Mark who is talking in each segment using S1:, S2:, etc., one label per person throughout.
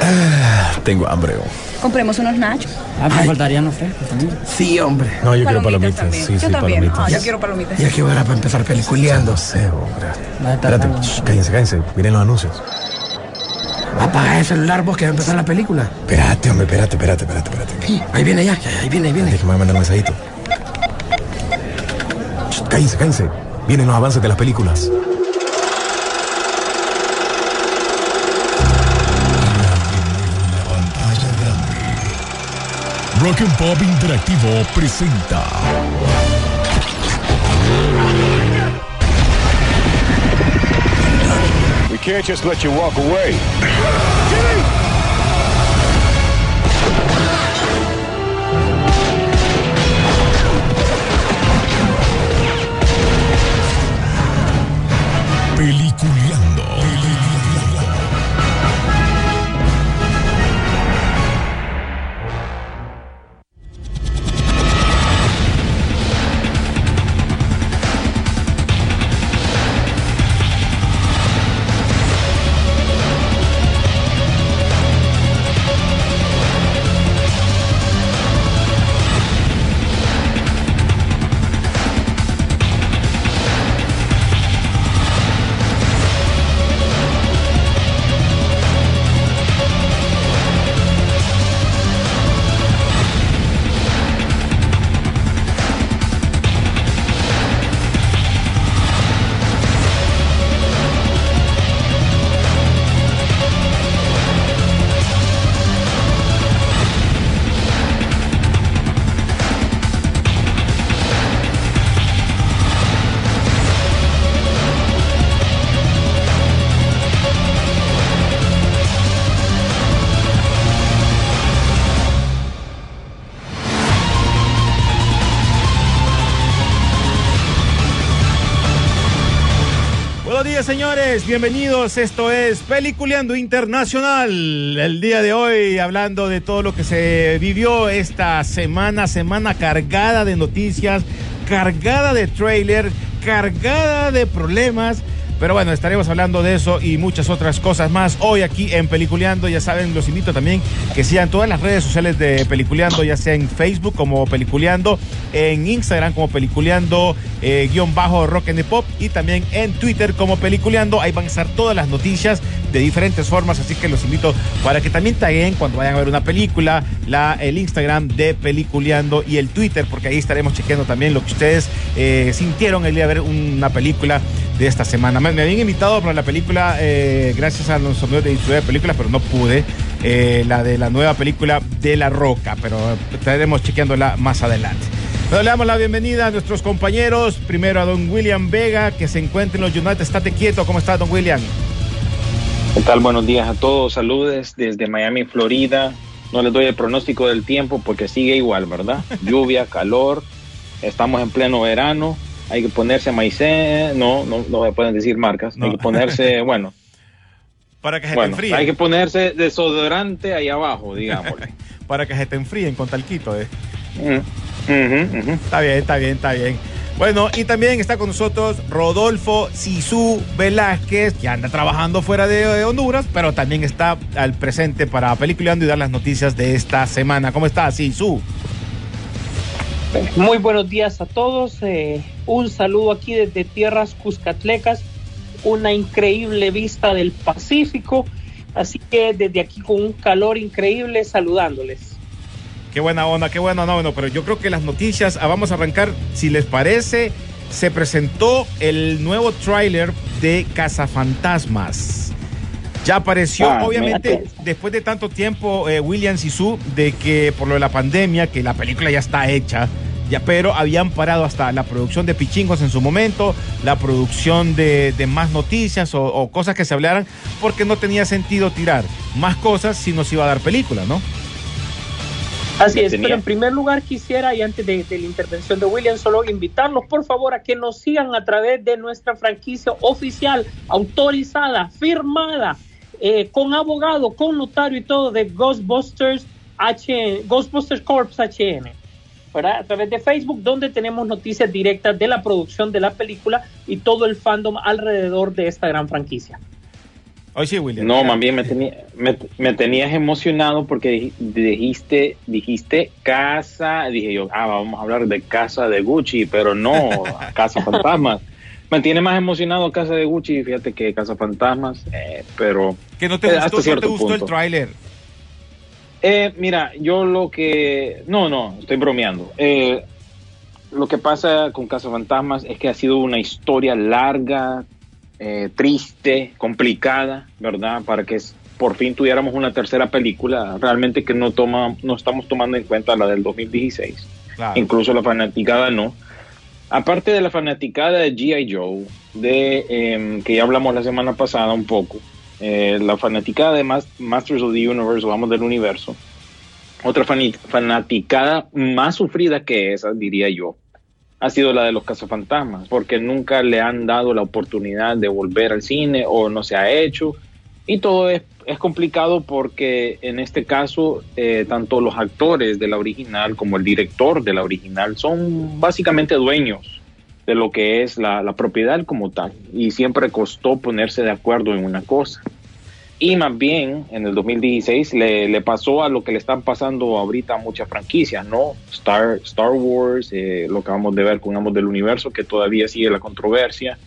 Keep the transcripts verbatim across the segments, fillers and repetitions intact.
S1: Ah, tengo hambre. Oh.
S2: Compremos unos nachos.
S3: Ah, pues faltarían los frescos también.
S1: Sí, hombre. No, yo quiero palomitas.
S2: También.
S1: Sí,
S2: yo
S1: sí,
S2: también.
S1: palomitas.
S2: Ah, yo quiero palomitas.
S1: Ya que hora para empezar peliculeando. No sé, hombre. Espérate, shh, cállense, cállense. Miren los anuncios. Apaga el celular vos que va a empezar la película. Espérate, hombre, espérate, espérate, espérate, espérate. Ahí viene ya, ya, ahí viene, ahí viene. Déjame mandar un mensajito. Shh, cállense, cállense. Vienen los avances de las películas.
S4: Rock and Pop Interactivo presenta
S5: We can't just let you walk away.
S4: Peliculeando.
S6: Señores, bienvenidos, esto es Peliculeando Internacional. El día de hoy hablando de todo lo que se vivió esta semana, semana cargada de noticias, cargada de tráiler, cargada de problemas. Pero bueno, estaremos hablando de eso y muchas otras cosas más hoy aquí en Peliculeando. Ya saben, los invito también que sigan todas las redes sociales de Peliculeando, ya sea en Facebook como Peliculeando, en Instagram como Peliculeando, eh, guión bajo Rock and Pop, y también en Twitter como Peliculeando. Ahí van a estar todas las noticias de diferentes formas, así que los invito para que también taguen cuando vayan a ver una película, la, el Instagram de Peliculeando y el Twitter, porque ahí estaremos chequeando también lo que ustedes eh, sintieron el día de ver una película de esta semana. Me, me habían invitado para la película, eh, gracias a los amigos de distribuidor de películas, pero no pude, eh, la de la nueva película de La Roca, pero estaremos chequeándola más adelante. Pero le damos la bienvenida a nuestros compañeros, primero a don William Vega, que se encuentra en los United. Estate quieto, ¿cómo está, don William?
S7: ¿Qué tal? Buenos días a todos, saludes desde Miami, Florida. No les doy el pronóstico del tiempo porque sigue igual, ¿verdad? Lluvia, calor, estamos en pleno verano. Hay que ponerse maicena, no, no, no se pueden decir marcas, no. Hay que ponerse, bueno.
S6: Para que se
S7: bueno,
S6: te enfríen.
S7: Hay que ponerse desodorante ahí abajo, digámosle.
S6: Para que se te enfríen con talquito, ¿eh?
S7: Mm, uh-huh, uh-huh.
S6: Está bien, está bien, está bien. Bueno, y también está con nosotros Rodolfo Sisu Velázquez, que anda trabajando fuera de Honduras, pero también está al presente para Peliculeando y dar las noticias de esta semana. ¿Cómo estás, Sisu?
S8: Muy buenos días a todos, eh, un saludo aquí desde tierras cuscatlecas, una increíble vista del Pacífico, así que desde aquí con un calor increíble saludándoles.
S6: Qué buena onda, qué buena onda, bueno, pero yo creo que las noticias, ah, vamos a arrancar, si les parece, se presentó el nuevo tráiler de Cazafantasmas. Ya apareció, ah, obviamente, después de tanto tiempo, eh, William Sisu, de que por lo de la pandemia, que la película ya está hecha, ya, pero habían parado hasta la producción de Pichingos en su momento, la producción de, de más noticias o, o cosas que se hablaran, porque no tenía sentido tirar más cosas si no se iba a dar película, ¿no?
S8: Así es, pero en primer lugar quisiera, y antes de, de la intervención de William, solo invitarlos por favor a que nos sigan a través de nuestra franquicia oficial, autorizada, firmada, eh, con abogado, con notario y todo, de Ghostbusters H N, Ghostbusters Corps H N, ¿verdad? A través de Facebook, donde tenemos noticias directas de la producción de la película y todo el fandom alrededor de esta gran franquicia.
S6: Hoy sí, William.
S7: No, más bien me, tenía, me, me tenías emocionado porque dijiste, dijiste casa, dije yo, ah, vamos a hablar de casa de Gucci, pero no, Casa Fantasmas. Me tiene más emocionado Casa de Gucci, fíjate, que Casa Fantasmas, eh, pero...
S6: ¿Que no te gustó, hasta cierto no te gustó punto. El tráiler?
S7: Eh, mira, yo lo que... No, no, estoy bromeando. Eh, lo que pasa con Casa Fantasmas es que ha sido una historia larga, Eh, triste, complicada, ¿verdad? Para que por fin tuviéramos una tercera película, realmente que no toma, no estamos tomando en cuenta la del dos mil dieciséis, claro. Incluso la fanaticada no. Aparte de la fanaticada de G I Joe, de eh, que ya hablamos la semana pasada un poco, eh, la fanaticada de Mas- Masters of the Universe, o vamos del universo, otra fan- fanaticada más sufrida que esa, diría yo, ha sido la de los cazafantasmas, porque nunca le han dado la oportunidad de volver al cine o no se ha hecho, y todo es, es complicado porque en este caso eh, tanto los actores de la original como el director de la original son básicamente dueños de lo que es la, la propiedad como tal, y siempre costó ponerse de acuerdo en una cosa. Y más bien, en el dos mil dieciséis le, le pasó a lo que le están pasando ahorita a muchas franquicias, ¿no? Star, Star Wars, eh, lo que acabamos de ver con Amos del Universo, que todavía sigue la controversia.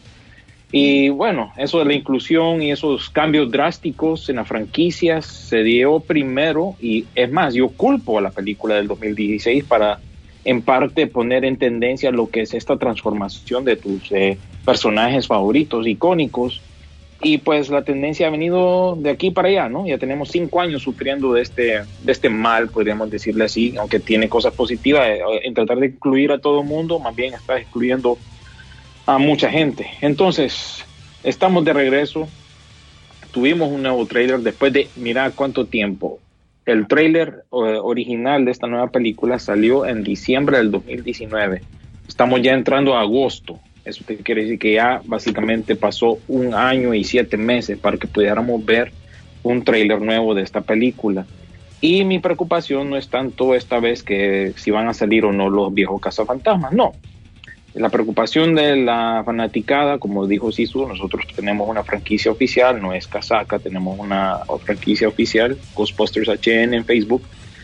S7: Y bueno, eso de la inclusión y esos cambios drásticos en las franquicias se dio primero, y es más, yo culpo a la película del dos mil dieciséis para, en parte, poner en tendencia lo que es esta transformación de tus eh, personajes favoritos, icónicos. Y pues la tendencia ha venido de aquí para allá, ¿no? Ya tenemos cinco años sufriendo de este, de este mal, podríamos decirle así, aunque tiene cosas positivas. En tratar de incluir a todo el mundo, más bien está excluyendo a mucha gente. Entonces, estamos de regreso. Tuvimos un nuevo trailer después de, mira cuánto tiempo. El trailer uh, original de esta nueva película salió en diciembre del dos mil diecinueve. Estamos ya entrando a agosto. Eso quiere decir que ya básicamente pasó un año y siete meses para que pudiéramos ver un tráiler nuevo de esta película. Y mi preocupación no es tanto esta vez que si van a salir o no los viejos cazafantasmas, no. La preocupación de la fanaticada, como dijo Sisu, nosotros tenemos una franquicia oficial, no es casaca, tenemos una franquicia oficial, Ghostbusters H N en Facebook.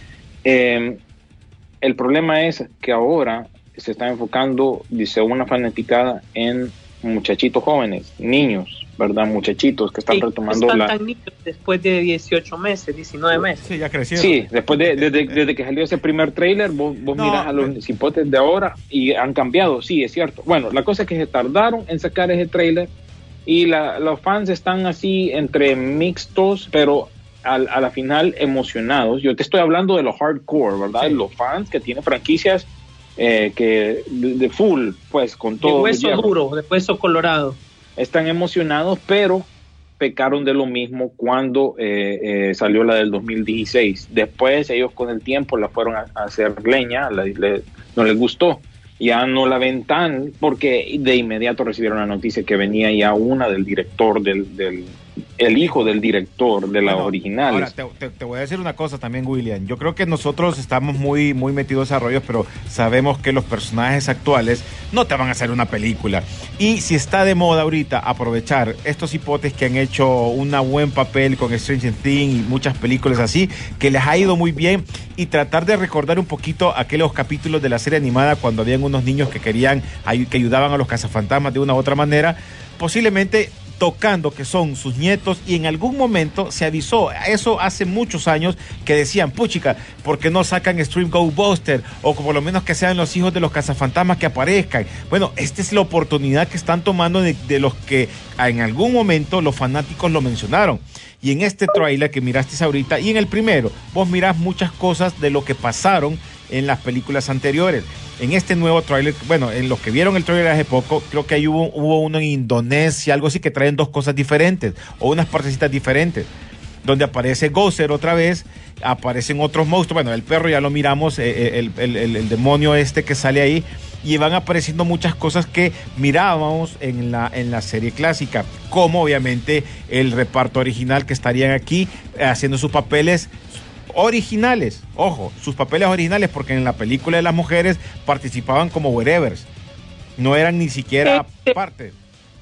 S7: Eh, el problema es que ahora se está enfocando, dice una fanaticada, en muchachitos jóvenes, niños, ¿verdad? Muchachitos que están sí, retomando
S8: están
S7: la...
S8: tan niños después de dieciocho meses, diecinueve meses.
S6: Sí, ya crecieron.
S7: Sí, después de, desde, desde que salió ese primer tráiler, vos, vos no, mirás a los cipotes de ahora y han cambiado, sí, es cierto. Bueno, la cosa es que se tardaron en sacar ese tráiler y la, los fans están así entre mixtos, pero a, a la final emocionados. Yo te estoy hablando de los hardcore, ¿verdad? Sí. Los fans que tienen franquicias Eh, que de, de full, pues con todo.
S8: De hueso duro, de hueso colorado.
S7: Están emocionados, pero pecaron de lo mismo cuando eh, eh, salió la del dos mil dieciséis. Después ellos con el tiempo la fueron a, a hacer leña, la, le, no les gustó. Ya no la ven tan, porque de inmediato recibieron la noticia que venía ya una del director, del, del el hijo del director de la bueno, original.
S6: Ahora, te, te, te voy a decir una cosa también, William. Yo creo que nosotros estamos muy, muy metidos en desarrollos, pero sabemos que los personajes actuales no te van a hacer una película. Y si está de moda ahorita aprovechar estos hipotes que han hecho un buen papel con Stranger Things y muchas películas así, que les ha ido muy bien, y tratar de recordar un poquito aquellos capítulos de la serie animada cuando habían unos niños que querían, que ayudaban a los cazafantasmas de una u otra manera, posiblemente tocando que son sus nietos, y en algún momento se avisó, eso hace muchos años, que decían, puchica, ¿por qué no sacan Extreme Go Buster? O por lo menos que sean los hijos de los cazafantasmas que aparezcan. Bueno, esta es la oportunidad que están tomando de, de los que en algún momento los fanáticos lo mencionaron. Y en este tráiler que miraste ahorita, y en el primero, vos mirás muchas cosas de lo que pasaron en las películas anteriores. En este nuevo tráiler, bueno, en los que vieron el tráiler hace poco, creo que ahí hubo, hubo uno en Indonesia, algo así, que traen dos cosas diferentes, o unas partecitas diferentes, donde aparece Gozer otra vez, aparecen otros monstruos, bueno, el perro ya lo miramos, eh, el, el, el, el demonio este que sale ahí, y van apareciendo muchas cosas que mirábamos en la, en la serie clásica, como obviamente el reparto original que estarían aquí eh, haciendo sus papeles originales, ojo, sus papeles originales, porque en la película de las mujeres participaban como wherevers, no eran ni siquiera parte.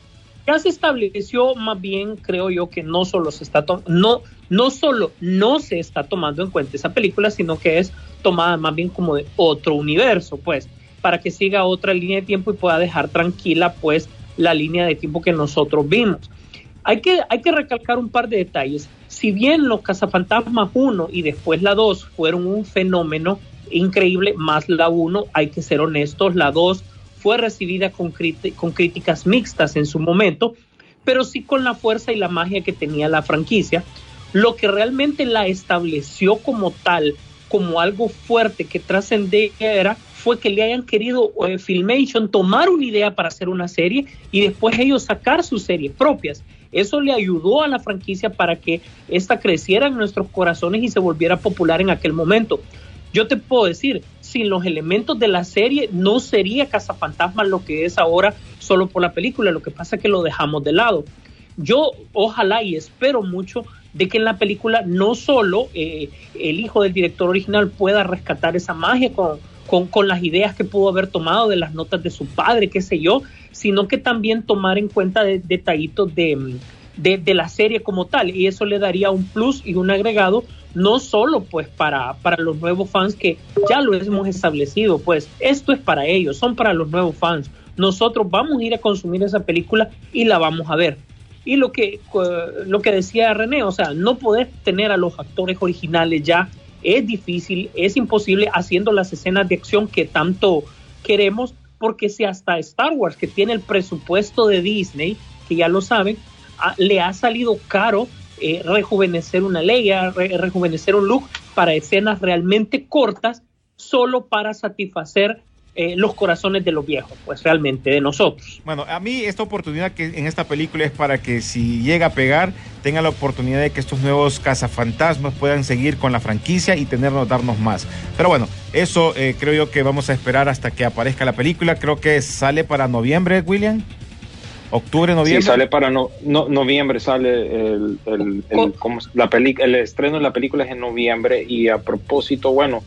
S8: ya se estableció más bien, creo yo, que no solo se está to- no, no solo no se está tomando en cuenta esa película, sino que es tomada más bien como de otro universo, pues, para que siga otra línea de tiempo y pueda dejar tranquila, pues, la línea de tiempo que nosotros vimos. Hay que, hay que recalcar un par de detalles. Si bien los Cazafantasmas uno y después la dos fueron un fenómeno increíble, más la uno, hay que ser honestos, la dos fue recibida con, crit- con críticas mixtas en su momento, pero sí con la fuerza y la magia que tenía la franquicia. Lo que realmente la estableció como tal, como algo fuerte que trascendía, era fue que le hayan querido eh, Filmation tomar una idea para hacer una serie y después ellos sacar sus series propias. Eso le ayudó a la franquicia para que esta creciera en nuestros corazones y se volviera popular en aquel momento. Yo te puedo decir, sin los elementos de la serie no sería Cazafantasmas lo que es ahora solo por la película. Lo que pasa es que lo dejamos de lado. Yo ojalá y espero mucho de que en la película no solo eh, el hijo del director original pueda rescatar esa magia con, con, con las ideas que pudo haber tomado de las notas de su padre, qué sé yo, sino que también tomar en cuenta de, detallitos de, de, de la serie como tal, y eso le daría un plus y un agregado, no solo pues para, para los nuevos fans que ya lo hemos establecido, pues esto es para ellos, son para los nuevos fans. Nosotros vamos a ir a consumir esa película y la vamos a ver. Y lo que, lo que decía René, o sea, no poder tener a los actores originales ya es difícil, es imposible haciendo las escenas de acción que tanto queremos, porque si hasta Star Wars, que tiene el presupuesto de Disney, que ya lo saben, a, le ha salido caro eh, rejuvenecer una Leia, re, rejuvenecer un Luke para escenas realmente cortas, solo para satisfacer Eh, los corazones de los viejos, pues realmente de nosotros.
S6: Bueno, a mí esta oportunidad que en esta película es para que si llega a pegar, tenga la oportunidad de que estos nuevos cazafantasmas puedan seguir con la franquicia y tenernos, darnos más. Pero bueno, eso eh, creo yo que vamos a esperar hasta que aparezca la película. Creo que sale para noviembre, William. Octubre, noviembre.
S7: Sí, sale para no, no, noviembre, sale el, el, el, ¿cómo, la peli, el estreno de la película es en noviembre. Y a propósito, bueno,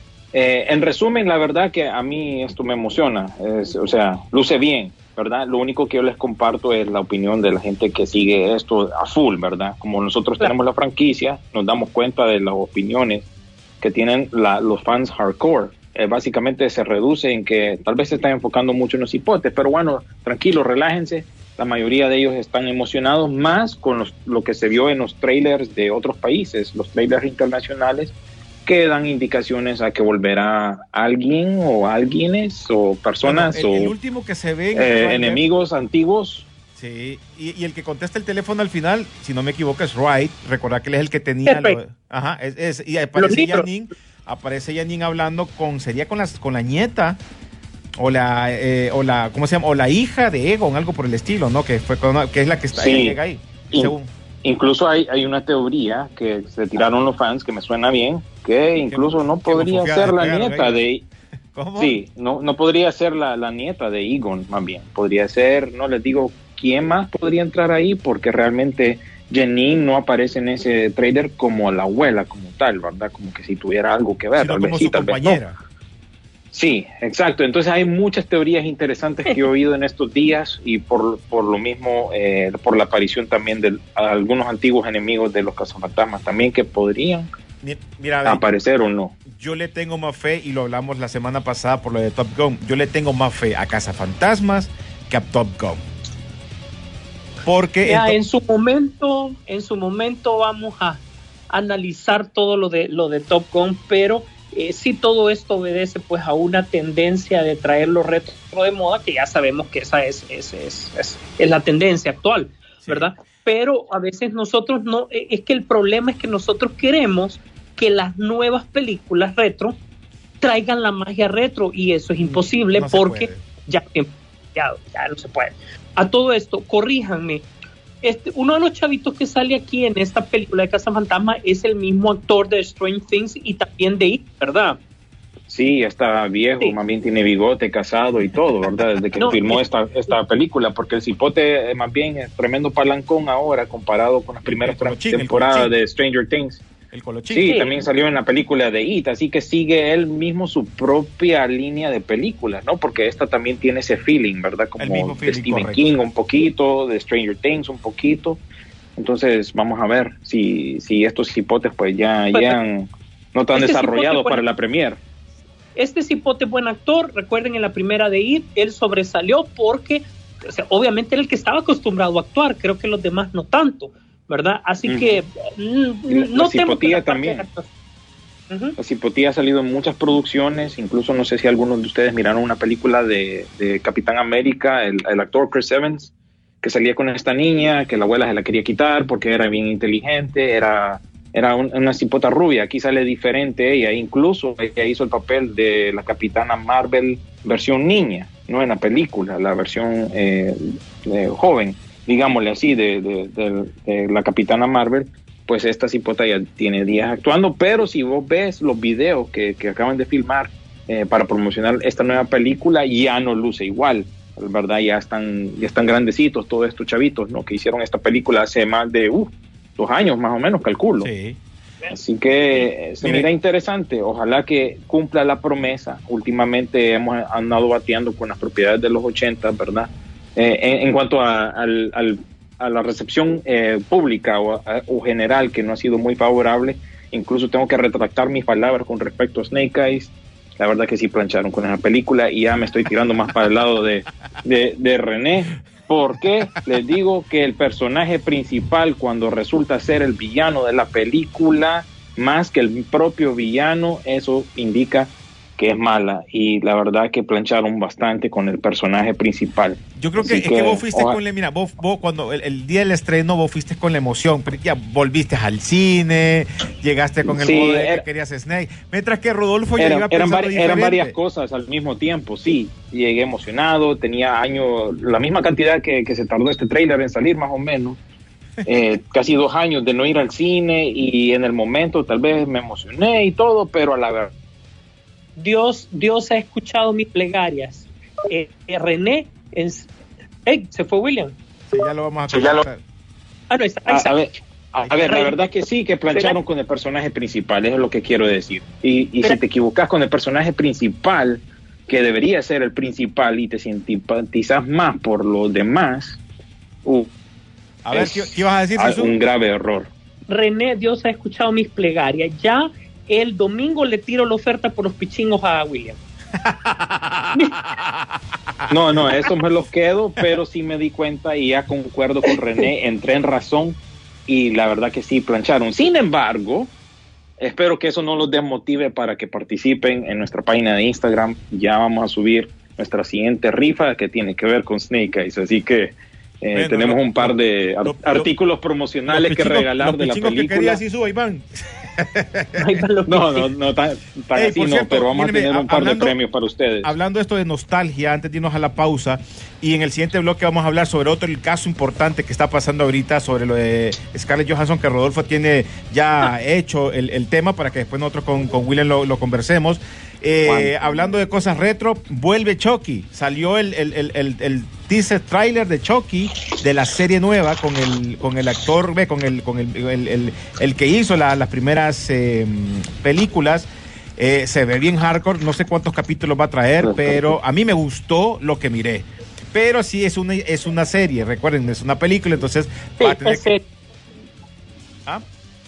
S7: Eh, en resumen, la verdad que a mí esto me emociona, es, o sea, luce bien, ¿verdad? Lo único que yo les comparto es la opinión de la gente que sigue esto a full, ¿verdad? Como nosotros claro. tenemos la franquicia, nos damos cuenta de las opiniones que tienen la, los fans hardcore. Eh, básicamente se reduce en que tal vez se están enfocando mucho en los hipotes, pero bueno, tranquilos, relájense. La mayoría de ellos están emocionados más con los, lo que se vio en los trailers de otros países, los trailers internacionales, que dan indicaciones a que volverá alguien o alguienes o personas
S6: bueno, el,
S7: o
S6: el último que se ve
S7: eh, enemigos antiguos.
S6: Sí, y, y el que contesta el teléfono al final, si no me equivoco, es Wright. Recordad que él es el que tenía lo, ajá, es, es, y aparece Janine, aparece Janine hablando con, sería con las con la nieta o la eh, o la ¿cómo se llama? O la hija de Egon, algo por el estilo, ¿no? Que fue con, que es la que está
S7: sí.
S6: llega ahí.
S7: Y,
S6: según.
S7: Incluso hay, hay una teoría que se tiraron los fans que me suena bien, que incluso no podría ser la nieta de...
S6: ¿Cómo?
S7: Sí, no, no podría ser la, la nieta de Egon, más bien. Podría ser, no les digo quién más podría entrar ahí, porque realmente Janine no aparece en ese trailer como la abuela, como tal, ¿verdad? Como que si tuviera algo que ver.
S6: Sino
S7: tal
S6: como
S7: vez sí,
S6: su
S7: tal
S6: compañera.
S7: Vez no. Sí, exacto. Entonces hay muchas teorías interesantes que he oído en estos días y por, por lo mismo, eh, por la aparición también de algunos antiguos enemigos de los cazafantasmas también que podrían Mira, ver, aparecer o no.
S6: Yo le tengo más fe, y lo hablamos la semana pasada por lo de Top Gun, yo le tengo más fe a Cazafantasmas que a Top Gun. Porque
S8: ya, en, to- en su momento, en su momento vamos a analizar todo lo de lo de Top Gun, pero Eh, sí, todo esto obedece pues a una tendencia de traer los retro de moda, que ya sabemos que esa es, es, es, es, es la tendencia actual, sí. ¿verdad? Pero a veces nosotros no, es que el problema es que nosotros queremos que las nuevas películas retro traigan la magia retro, y eso es imposible no porque ya, ya, ya no se puede. A todo esto, corríjanme, Este, uno de los chavitos que sale aquí en esta película de Cazafantasma es el mismo actor de Strange Things y también de It, ¿verdad?
S7: Sí, está viejo, sí. Más bien tiene bigote, casado y todo, ¿verdad? Desde que no, filmó es, esta, esta película, porque el cipote más bien es tremendo palancón ahora comparado con las primeras tra- ching, temporadas de Stranger Things.
S6: El Colochín.
S7: Sí, sí, también salió en la película de It, así que sigue él mismo su propia línea de películas, ¿no? Porque esta también tiene ese feeling, ¿verdad? Como
S6: feeling,
S7: de Stephen
S6: correcto.
S7: King un poquito, de Stranger Things un poquito. Entonces, vamos a ver si, si estos cipotes pues ya,
S8: Pues,
S7: ya han- no están
S8: este
S7: desarrollados
S8: cipote,
S7: para
S8: bueno,
S7: la premier.
S8: Este cipote buen actor, recuerden en la primera de It, él sobresalió porque, o sea, obviamente era el que estaba acostumbrado a actuar, creo que los demás no tanto, ¿verdad? Así
S7: Ujú.
S8: que mm,
S7: La-
S8: no
S7: la
S8: temo que
S7: cipotía
S8: la parte
S7: también.
S8: de actor- Ujú.
S7: La cipotía ha salido en muchas producciones, incluso no sé si algunos de ustedes miraron una película de, de Capitán América, el, el actor Chris Evans, que salía con esta niña, que la abuela se la quería quitar porque era bien inteligente, era, era un- una cipota rubia. Aquí sale diferente ella, incluso ella hizo el papel de la Capitana Marvel versión niña, no en la película, la versión eh, eh, joven, digámosle así, de, de, de- de la Capitana Marvel. Pues esta cipota ya tiene días actuando, pero si vos ves los videos que, que acaban de filmar eh, para promocionar esta nueva película, ya no luce igual, ¿verdad? Ya están, ya están grandecitos todos estos chavitos, ¿no? Que hicieron esta película hace más de uh, dos años, más o menos, calculo.
S6: Sí.
S7: Así que eh, se
S6: Mire.
S7: mira interesante. Ojalá que cumpla la promesa. Últimamente hemos andado bateando con las propiedades de los ochenta, ¿verdad? Eh, en, en cuanto a, al, al, a la recepción eh, pública o, a, o general, que no ha sido muy favorable. Incluso tengo que retractar mis palabras con respecto a Snake Eyes. La verdad que sí plancharon con esa película y ya me estoy tirando más para el lado de, de, de René. Porque les digo que el personaje principal, cuando resulta ser el villano de la película, más que el propio villano, eso indica que es mala. Y la verdad que plancharon bastante con el personaje principal.
S6: Yo creo que
S7: Así
S6: es que, vos fuiste
S7: oja-
S6: con la, mira, vos, vos cuando el, el día del estreno vos fuiste con la emoción, pero ya volviste al cine, llegaste con el
S7: Sí,
S6: modo de
S7: era-
S6: que querías Snake, mientras que Rodolfo ya
S7: Eran,
S6: iba
S7: eran,
S6: pensando
S7: vari- eran
S6: diferente.
S7: varias cosas al mismo tiempo, sí. Llegué emocionado, tenía años, la misma cantidad que, que se tardó este trailer en salir, más o menos. Eh, casi dos años de no ir al cine y en el momento tal vez me emocioné y todo, pero a la verdad.
S8: Dios, Dios ha escuchado mis plegarias. Eh, eh, René, en, hey, se fue William.
S6: Sí, ya lo vamos a
S7: Sí, ya lo-
S6: conversar.
S8: Ah, no, está, ahí
S7: A,
S8: está.
S7: a ver, a, a ver, la verdad que sí, que plancharon con el personaje principal, eso es lo que quiero decir. Y, y si te equivocas con el personaje principal, que debería ser el principal, y te simpatizas más por los demás, uh,
S6: A ver,
S7: es
S6: ¿qué, qué ibas a decir,
S7: a-
S6: Jesús?
S7: un grave error.
S8: René, Dios ha escuchado mis plegarias. Ya el domingo le tiro la oferta por los pichingos a William.
S7: No, no, eso me los quedo, pero sí me di cuenta y ya concuerdo con René, entré en razón y la verdad que sí plancharon. Sin embargo, espero que eso no los desmotive para que participen en nuestra página de Instagram. Ya vamos a subir nuestra siguiente rifa que tiene que ver con Snake Eyes, así que eh,
S6: Bueno,
S7: tenemos
S6: lo-
S7: un par de ar-
S6: lo- lo-
S7: artículos promocionales
S6: Los
S7: que
S6: pichingos-
S7: regalar
S6: los
S7: de la
S6: pichingos que
S7: película.
S6: querías, Jesús, ahí van.
S8: Ahí van los
S7: No, no,
S8: pichingos.
S7: no tan, tan
S6: Ey,
S7: así
S6: por
S7: no,
S6: cierto,
S7: pero vamos
S6: míreme,
S7: a tener un
S6: a-
S7: par
S6: hablando-
S7: de premios para ustedes.
S6: Hablando esto de nostalgia, antes de irnos a la pausa, y en el siguiente bloque vamos a hablar sobre otro el caso importante que está pasando ahorita, sobre lo de Scarlett Johansson, que Rodolfo tiene ya hecho el, el tema para que después nosotros con, con William lo, lo conversemos. Eh, hablando de cosas retro, vuelve Chucky. Salió el, el, el, el, el teaser trailer de Chucky de la serie nueva con el, con el actor, ve, con el, con el, el, el, el que hizo la- las primeras eh, películas. Eh, se ve bien hardcore, no sé cuántos capítulos va a traer, pero a mí me gustó lo que miré. Pero sí es una, es una serie, recuerden, es una película, entonces
S8: Sí,
S6: va a tener
S8: ese-
S6: que... ¿Ah?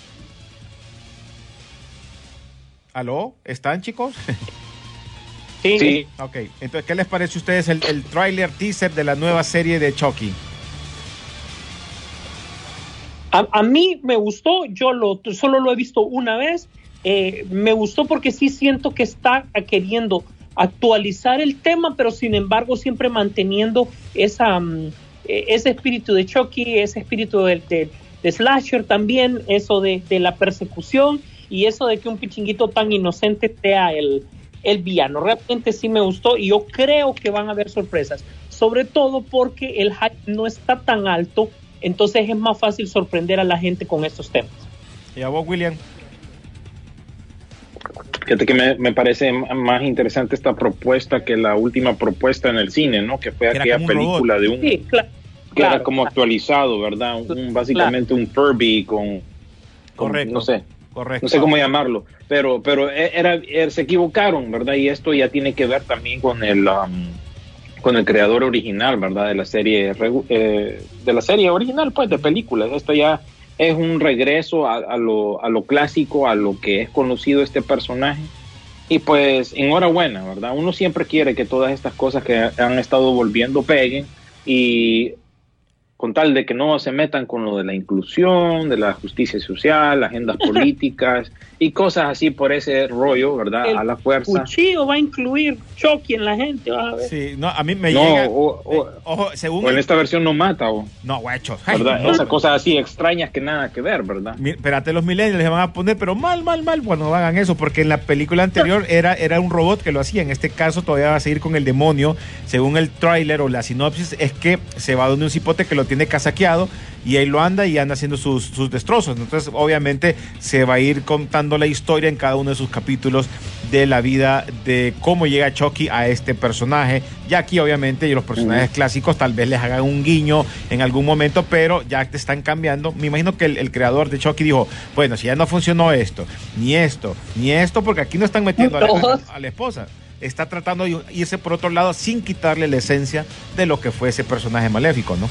S6: ¿Aló? ¿Están, chicos?
S8: sí,
S7: Sí.
S6: Ok, entonces, ¿qué les parece a ustedes el, el tráiler teaser de la nueva serie de Chucky?
S8: A, a mí me gustó, yo lo, solo lo he visto una vez. Eh, me gustó porque sí siento que está queriendo actualizar el tema, pero sin embargo siempre manteniendo esa, um, ese espíritu de Chucky, ese espíritu de, de, de slasher también, eso de, de la persecución y eso de que un pichinguito tan inocente sea el, el villano. Realmente sí me gustó y yo creo que van a haber sorpresas, sobre todo porque el hype no está tan alto, entonces es más fácil sorprender a la gente con estos temas.
S6: ¿Y a vos, William?
S7: Fíjate que me, me parece m- más interesante esta propuesta que la última propuesta en el cine, ¿no? Que fue
S6: Que era
S7: aquella
S6: como un
S7: película
S6: robot.
S7: de un...
S8: Sí, cla-
S7: que era
S8: claro,
S7: como
S8: claro.
S7: actualizado, ¿verdad? Un, básicamente un Furby con, con,
S6: Correcto.
S7: no sé,
S6: Correcto.
S7: No sé cómo llamarlo, pero, pero era, era, se equivocaron, ¿verdad? Y esto ya tiene que ver también con el, um, con el creador original, ¿verdad? De la serie, eh, de la serie original, pues, de películas. Esto ya es un regreso a, a, lo, a lo clásico, a lo que es conocido este personaje. Y pues, enhorabuena, ¿verdad? Uno siempre quiere que todas estas cosas que han estado volviendo peguen, y con tal de que no se metan con lo de la inclusión, de la justicia social, agendas políticas y cosas así por ese rollo, ¿verdad?
S8: El
S7: a la fuerza.
S8: El cuchillo va a incluir Chucky en la gente, vas a ver.
S6: Sí, no, a mí me
S7: no,
S6: llega...
S7: O, o,
S6: eh, ojo, según...
S7: o en esta versión no mata, o...
S6: No, guacho.
S7: ¿verdad?
S6: No,
S7: esas cosas así extrañas que nada que ver, ¿verdad?
S6: Mi, espérate, los millennials le van a poner, pero mal, mal, mal, bueno, no hagan eso, porque en la película anterior era, era un robot que lo hacía. En este caso todavía va a seguir con el demonio. Según el tráiler o la sinopsis, es que se va donde un cipote que lo tiene casaqueado y ahí lo anda y anda haciendo sus, sus destrozos. Entonces, obviamente, se va a ir contando la historia en cada uno de sus capítulos de la vida de cómo llega Chucky a este personaje. Ya aquí, obviamente, y los personajes uh-huh. clásicos tal vez les hagan un guiño en algún momento, pero ya te están cambiando. Me imagino que el, el creador de Chucky dijo, bueno, si ya no funcionó esto, ni esto, ni esto, porque aquí no están metiendo a la, a, a la esposa. Está tratando de irse por otro lado sin quitarle la esencia de lo que fue ese personaje maléfico, ¿no?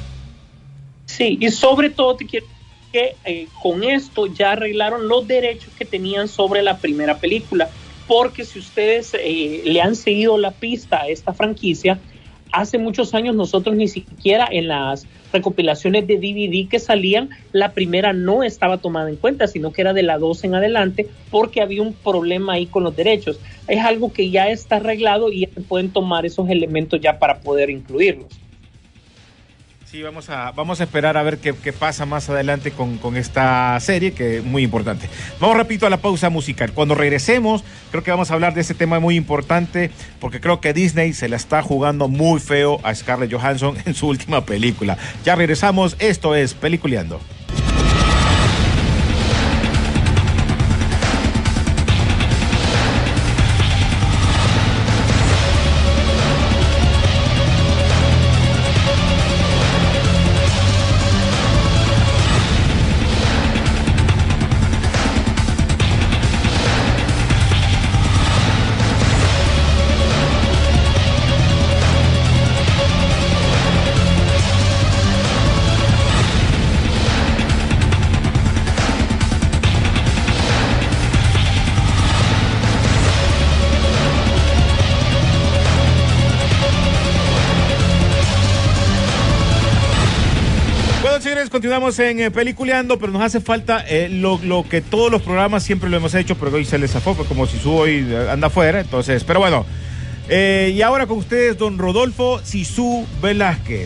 S8: Sí, y sobre todo te quiero que eh, con esto ya arreglaron los derechos que tenían sobre la primera película, porque si ustedes eh, le han seguido la pista a esta franquicia, hace muchos años nosotros ni siquiera en las recopilaciones de D V D que salían, la primera no estaba tomada en cuenta, sino que era de la dos en adelante, porque había un problema ahí con los derechos. Es algo que ya está arreglado y ya pueden tomar esos elementos ya para poder incluirlos.
S6: Sí, vamos a, vamos a esperar a ver qué, qué pasa más adelante con, con esta serie, que es muy importante. Vamos rapidito a la pausa musical. Cuando regresemos, creo que vamos a hablar de este tema muy importante, porque creo que Disney se la está jugando muy feo a Scarlett Johansson en su última película. Ya regresamos, esto es Peliculeando. Continuamos en eh, Peliculeando, pero nos hace falta eh, lo, lo que todos los programas siempre lo hemos hecho, pero hoy se les zafó, como Sisu hoy anda afuera, entonces, pero bueno. Eh, y ahora con ustedes, don Rodolfo Sisu Velázquez.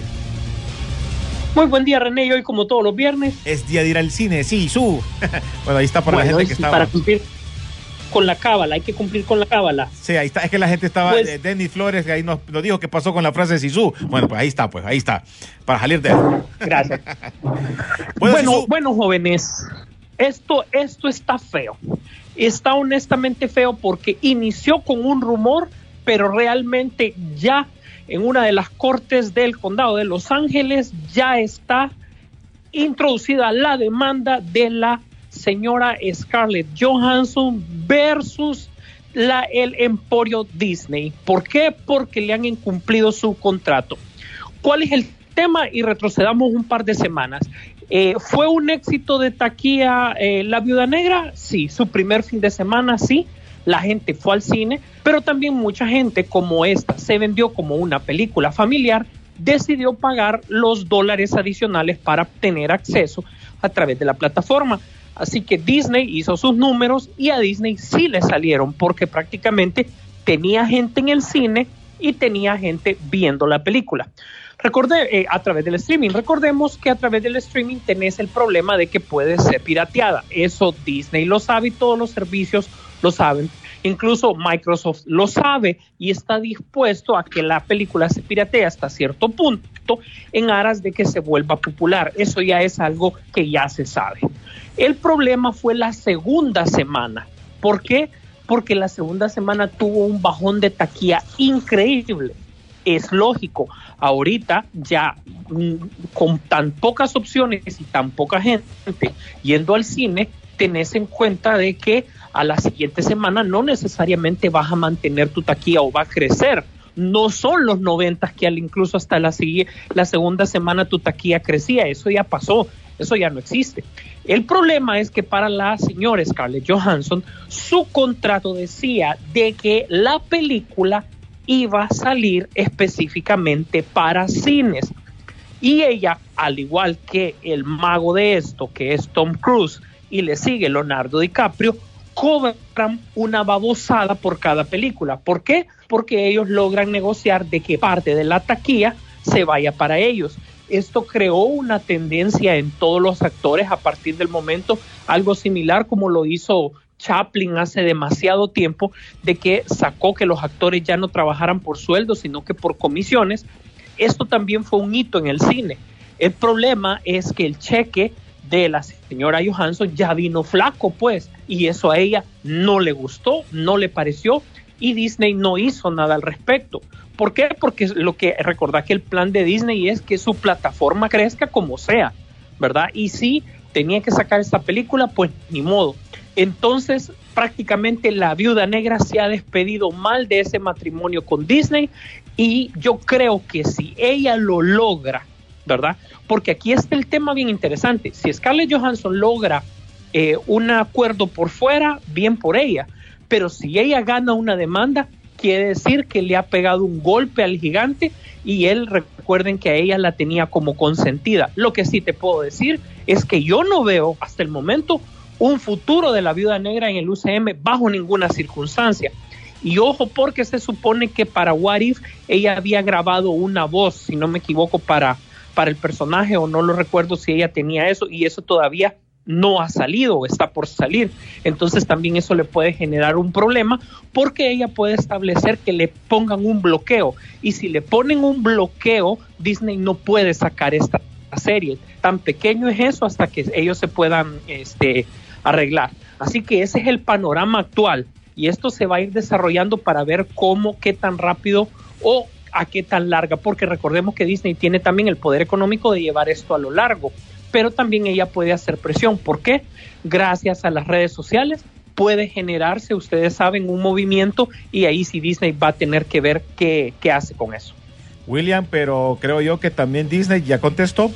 S8: Muy buen día, René, y hoy como todos los viernes.
S6: Es día de ir al cine, sí, Sisu. Bueno, ahí está para bueno, la gente que estaba.
S8: Para cumplir con la cábala, hay que cumplir con la cábala.
S6: Sí, ahí está, es que la gente estaba, pues, eh, Denis Flores, ahí nos, nos dijo qué pasó con la frase de Sisu. Bueno, pues ahí está, pues ahí está, para salir de él.
S8: Gracias. bueno, bueno, bueno, jóvenes, esto, esto está feo. Está honestamente feo porque inició con un rumor, pero realmente ya en una de las cortes del condado de Los Ángeles ya está introducida la demanda de la señora Scarlett Johansson versus la, el emporio Disney. ¿Por qué? Porque le han incumplido su contrato. ¿Cuál es el tema? Y retrocedamos un par de semanas. Eh, ¿Fue un éxito de taquilla eh, La Viuda Negra? Sí. Su primer fin de semana, sí. La gente fue al cine, pero también mucha gente, como esta se vendió como una película familiar, decidió pagar los dólares adicionales para tener acceso a través de la plataforma. Así que Disney hizo sus números y a Disney sí le salieron, porque prácticamente tenía gente en el cine y tenía gente viendo la película. Recordé, eh, a través del streaming, recordemos que a través del streaming tenés el problema de que puede ser pirateada. Eso Disney lo sabe y todos los servicios lo saben. Incluso Microsoft lo sabe y está dispuesto a que la película se piratee hasta cierto punto en aras de que se vuelva popular. Eso ya es algo que ya se sabe. El problema fue la segunda semana. ¿Por qué? Porque la segunda semana tuvo un bajón de taquilla increíble. Es lógico, ahorita ya mmm, con tan pocas opciones y tan poca gente yendo al cine, tenés en cuenta de que a la siguiente semana no necesariamente vas a mantener tu taquilla o va a crecer. No son los noventa que al incluso hasta la, la segunda semana tu taquilla crecía. Eso ya pasó, eso ya no existe. El problema es que para la señora Scarlett Johansson, su contrato decía de que la película iba a salir específicamente para cines. Y ella, al igual que el mago de esto, que es Tom Cruise, y le sigue Leonardo DiCaprio, cobran una babosada por cada película. ¿Por qué? Porque ellos logran negociar de que parte de la taquilla se vaya para ellos. Esto creó una tendencia en todos los actores a partir del momento, algo similar como lo hizo Chaplin hace demasiado tiempo, de que sacó que los actores ya no trabajaran por sueldo, sino que por comisiones. Esto también fue un hito en el cine. El problema es que el cheque de la señora Johansson ya vino flaco, pues, y eso a ella no le gustó, no le pareció, y Disney no hizo nada al respecto. ¿Por qué? Porque lo que recordá que el plan de Disney es que su plataforma crezca como sea, ¿verdad? Y si tenía que sacar esta película, pues ni modo. Entonces, prácticamente la Viuda Negra se ha despedido mal de ese matrimonio con Disney, y yo creo que si ella lo logra, ¿verdad? Porque aquí está el tema bien interesante. Si Scarlett Johansson logra eh, un acuerdo por fuera, bien por ella, pero si ella gana una demanda, quiere decir que le ha pegado un golpe al gigante, y él, recuerden que a ella la tenía como consentida. Lo que sí te puedo decir es que yo no veo hasta el momento un futuro de la Viuda Negra en el U C M bajo ninguna circunstancia. Y ojo, porque se supone que para What If ella había grabado una voz, si no me equivoco, para, para el personaje, o no lo recuerdo si ella tenía eso, y eso todavía no ha salido o está por salir. Entonces también eso le puede generar un problema, porque ella puede establecer que le pongan un bloqueo, y si le ponen un bloqueo, Disney no puede sacar esta serie. Tan pequeño es eso hasta que ellos se puedan este, arreglar. Así que ese es el panorama actual, y esto se va a ir desarrollando para ver cómo, qué tan rápido o a qué tan larga, porque recordemos que Disney tiene también el poder económico de llevar esto a lo largo, pero también ella puede hacer presión. ¿Por qué? Gracias a las redes sociales puede generarse, ustedes saben, un movimiento, y ahí sí Disney va a tener que ver qué, qué hace con eso.
S6: William, pero creo yo que también Disney ya contestó.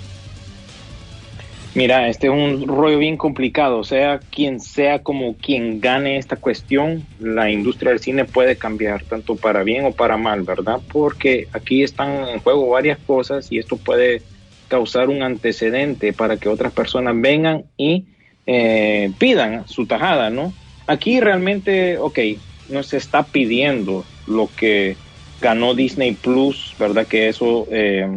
S7: Mira, este es un rollo bien complicado, o sea, quien sea como quien gane esta cuestión, la industria del cine puede cambiar, tanto para bien o para mal, ¿verdad? Porque aquí están en juego varias cosas, y esto puede causar un antecedente para que otras personas vengan y eh, pidan su tajada, ¿no? Aquí realmente, ok, no se está pidiendo lo que ganó Disney Plus, ¿verdad? Que eso eh,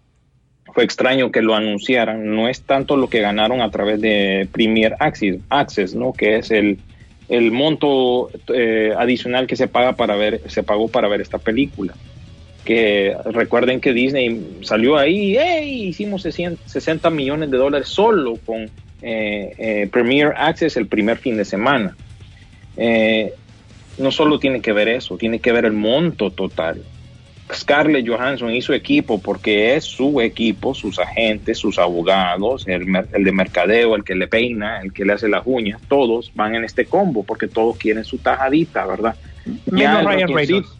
S7: fue extraño que lo anunciaran. No es tanto lo que ganaron a través de Premier Access, Access, ¿no? Que es el, el monto eh, adicional que se paga para ver, se pagó para ver esta película. Que recuerden que Disney salió ahí, ¡hey! Hicimos sesenta millones de dólares solo con eh, eh, Premier Access el primer fin de semana. Eh, no solo tiene que ver eso, tiene que ver el monto total. Scarlett Johansson y su equipo, porque es su equipo, sus agentes, sus abogados, el, el de mercadeo, el que le peina, el que le hace las uñas, todos van en este combo porque todos quieren su tajadita, ¿verdad?
S8: Menos Ryan Reynolds.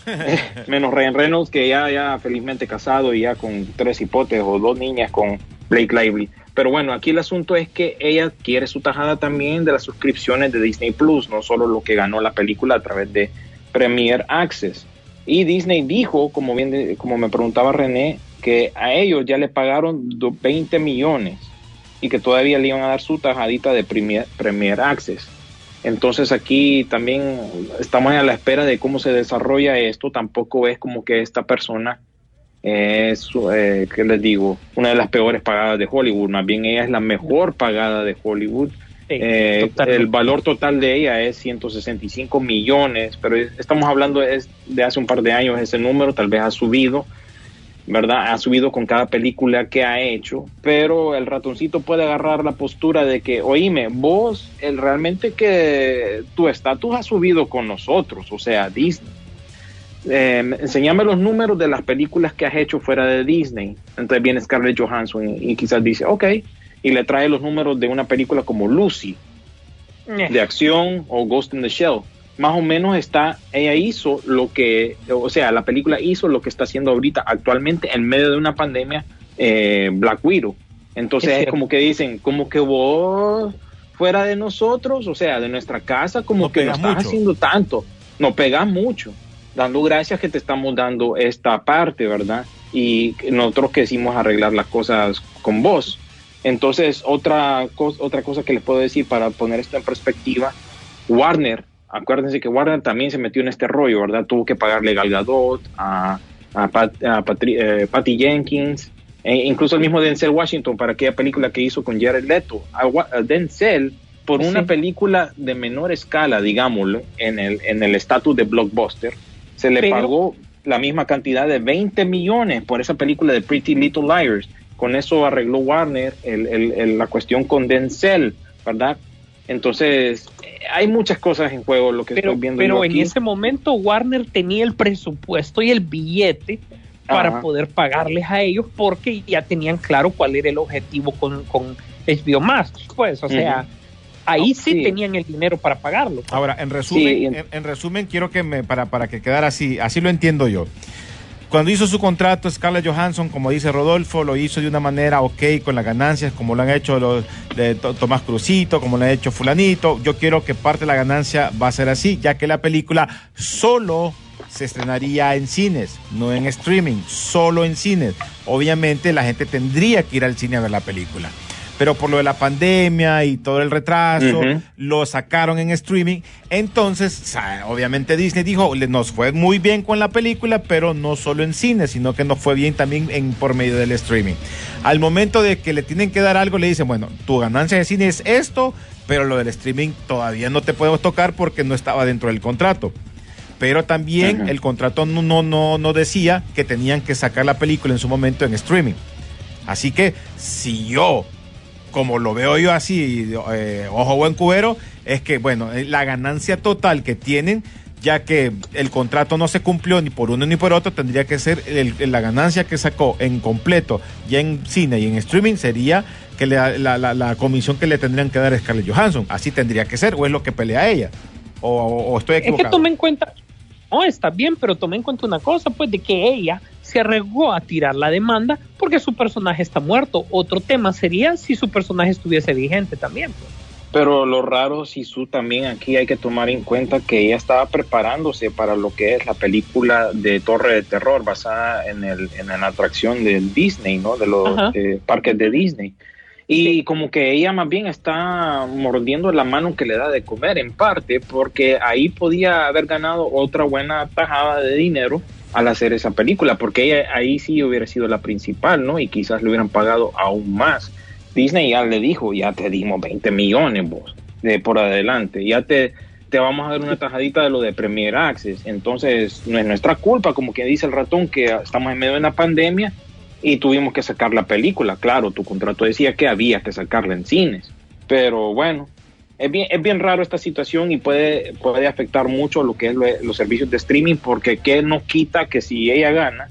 S7: Menos Ryan Reynolds, que ya, ya felizmente casado y ya con tres hipotes o dos niñas con Blake Lively. Pero bueno, aquí el asunto es que ella quiere su tajada también de las suscripciones de Disney Plus, no solo lo que ganó la película a través de Premier Access. Y Disney dijo, como bien de, como me preguntaba René, que a ellos ya le pagaron veinte millones y que todavía le iban a dar su tajadita de Premier, Premier Access. Entonces aquí también estamos a la espera de cómo se desarrolla esto. Tampoco es como que esta persona es, eh, ¿qué les digo?, una de las peores pagadas de Hollywood. Más bien ella es la mejor pagada de Hollywood. Sí, eh, el valor total de ella es ciento sesenta y cinco millones, pero estamos hablando de, de hace un par de años. Ese número tal vez ha subido, ¿verdad? Ha subido con cada película que ha hecho, pero el ratoncito puede agarrar la postura de que, oíme, vos, el, realmente que tu estatus ha subido con nosotros, o sea, Disney. Eh, enséñame los números de las películas que has hecho fuera de Disney. Entonces viene Scarlett Johansson y, y quizás dice, ok, y le trae los números de una película como Lucy, de acción o Ghost in the Shell. Más o menos está, ella hizo lo que, o sea, la película hizo lo que está haciendo ahorita actualmente en medio de una pandemia, eh, Black Widow. Entonces es, es como que dicen, como que vos fuera de nosotros, o sea, de nuestra casa, como no que no estás mucho. haciendo tanto, no pegas mucho, dando gracias que te estamos dando esta parte, ¿verdad? Y nosotros quisimos arreglar las cosas con vos. Entonces, otra, co- otra cosa que les puedo decir para poner esto en perspectiva, Warner, acuérdense que Warner también se metió en este rollo, ¿verdad? Tuvo que pagarle Gal Gadot, a, a, Pat, a Patri, eh, Patty Jenkins, e incluso el mismo Denzel Washington para aquella película que hizo con Jared Leto. A, a Denzel, por sí. una película de menor escala, digámoslo, en el en el estatus de blockbuster, se le Pero... pagó la misma cantidad de veinte millones por esa película de Pretty Little Liars. Con eso arregló Warner el, el, el, la cuestión con Denzel, ¿verdad? Entonces, hay muchas cosas en juego, lo que
S8: pero,
S7: estoy viendo
S8: Pero
S7: yo
S8: en
S7: aquí.
S8: ese momento Warner tenía el presupuesto y el billete para Ajá. poder pagarles a ellos porque ya tenían claro cuál era el objetivo con, con H B O Max, pues, o sea, uh-huh. ahí sí, sí tenían el dinero para pagarlo.
S6: Ahora, en resumen, sí, en, en resumen quiero que me, para, para que quedara así, así lo entiendo yo. Cuando hizo su contrato, Scarlett Johansson, como dice Rodolfo, lo hizo de una manera ok, con las ganancias, como lo han hecho los de Tomás Crucito, como lo ha hecho fulanito. Yo quiero que parte de la ganancia va a ser así, ya que la película solo se estrenaría en cines, no en streaming, solo en cines. Obviamente la gente tendría que ir al cine a ver la película, pero por lo de la pandemia y todo el retraso, uh-huh. lo sacaron en streaming. Entonces, obviamente Disney dijo, nos fue muy bien con la película, pero no solo en cine, sino que nos fue bien también en, por medio del streaming. Al momento de que le tienen que dar algo, le dicen, bueno, tu ganancia de cine es esto, pero lo del streaming todavía no te podemos tocar porque no estaba dentro del contrato. Pero también uh-huh. el contrato no, no, no, no decía que tenían que sacar la película en su momento en streaming. Así que, si yo... como lo veo yo así, eh, ojo buen cubero, es que, bueno, la ganancia total que tienen, ya que el contrato no se cumplió ni por uno ni por otro, tendría que ser el, la ganancia que sacó en completo, ya en cine y en streaming, sería que le, la, la, la comisión que le tendrían que dar a Scarlett Johansson. Así tendría que ser, o es lo que pelea ella, o, o, o estoy equivocado.
S8: Es que tome en cuenta, no, está bien, pero tome en cuenta una cosa, pues, de que ella se arriesgó a tirar la demanda porque su personaje está muerto. Otro tema sería si su personaje estuviese vigente también, pues.
S7: Pero lo raro, Sisu, también aquí hay que tomar en cuenta que ella estaba preparándose para lo que es la película de Torre de Terror basada en, el, en la atracción de Disney, ¿no? De los eh, parques de Disney. Y sí. como que ella más bien está mordiendo la mano que le da de comer, en parte, porque ahí podía haber ganado otra buena tajada de dinero al hacer esa película, porque ella ahí sí hubiera sido la principal, ¿no? Y quizás le hubieran pagado aún más. Disney ya le dijo, ya te dimos veinte millones vos, de por adelante, ya te, te vamos a dar una tajadita de lo de Premier Access. Entonces no es nuestra culpa, como que dice el ratón, que estamos en medio de una pandemia y tuvimos que sacar la película. Claro, tu contrato decía que había que sacarla en cines, pero bueno, es bien, es bien raro esta situación y puede, puede afectar mucho lo que es lo, los servicios de streaming, porque qué nos quita que si ella gana,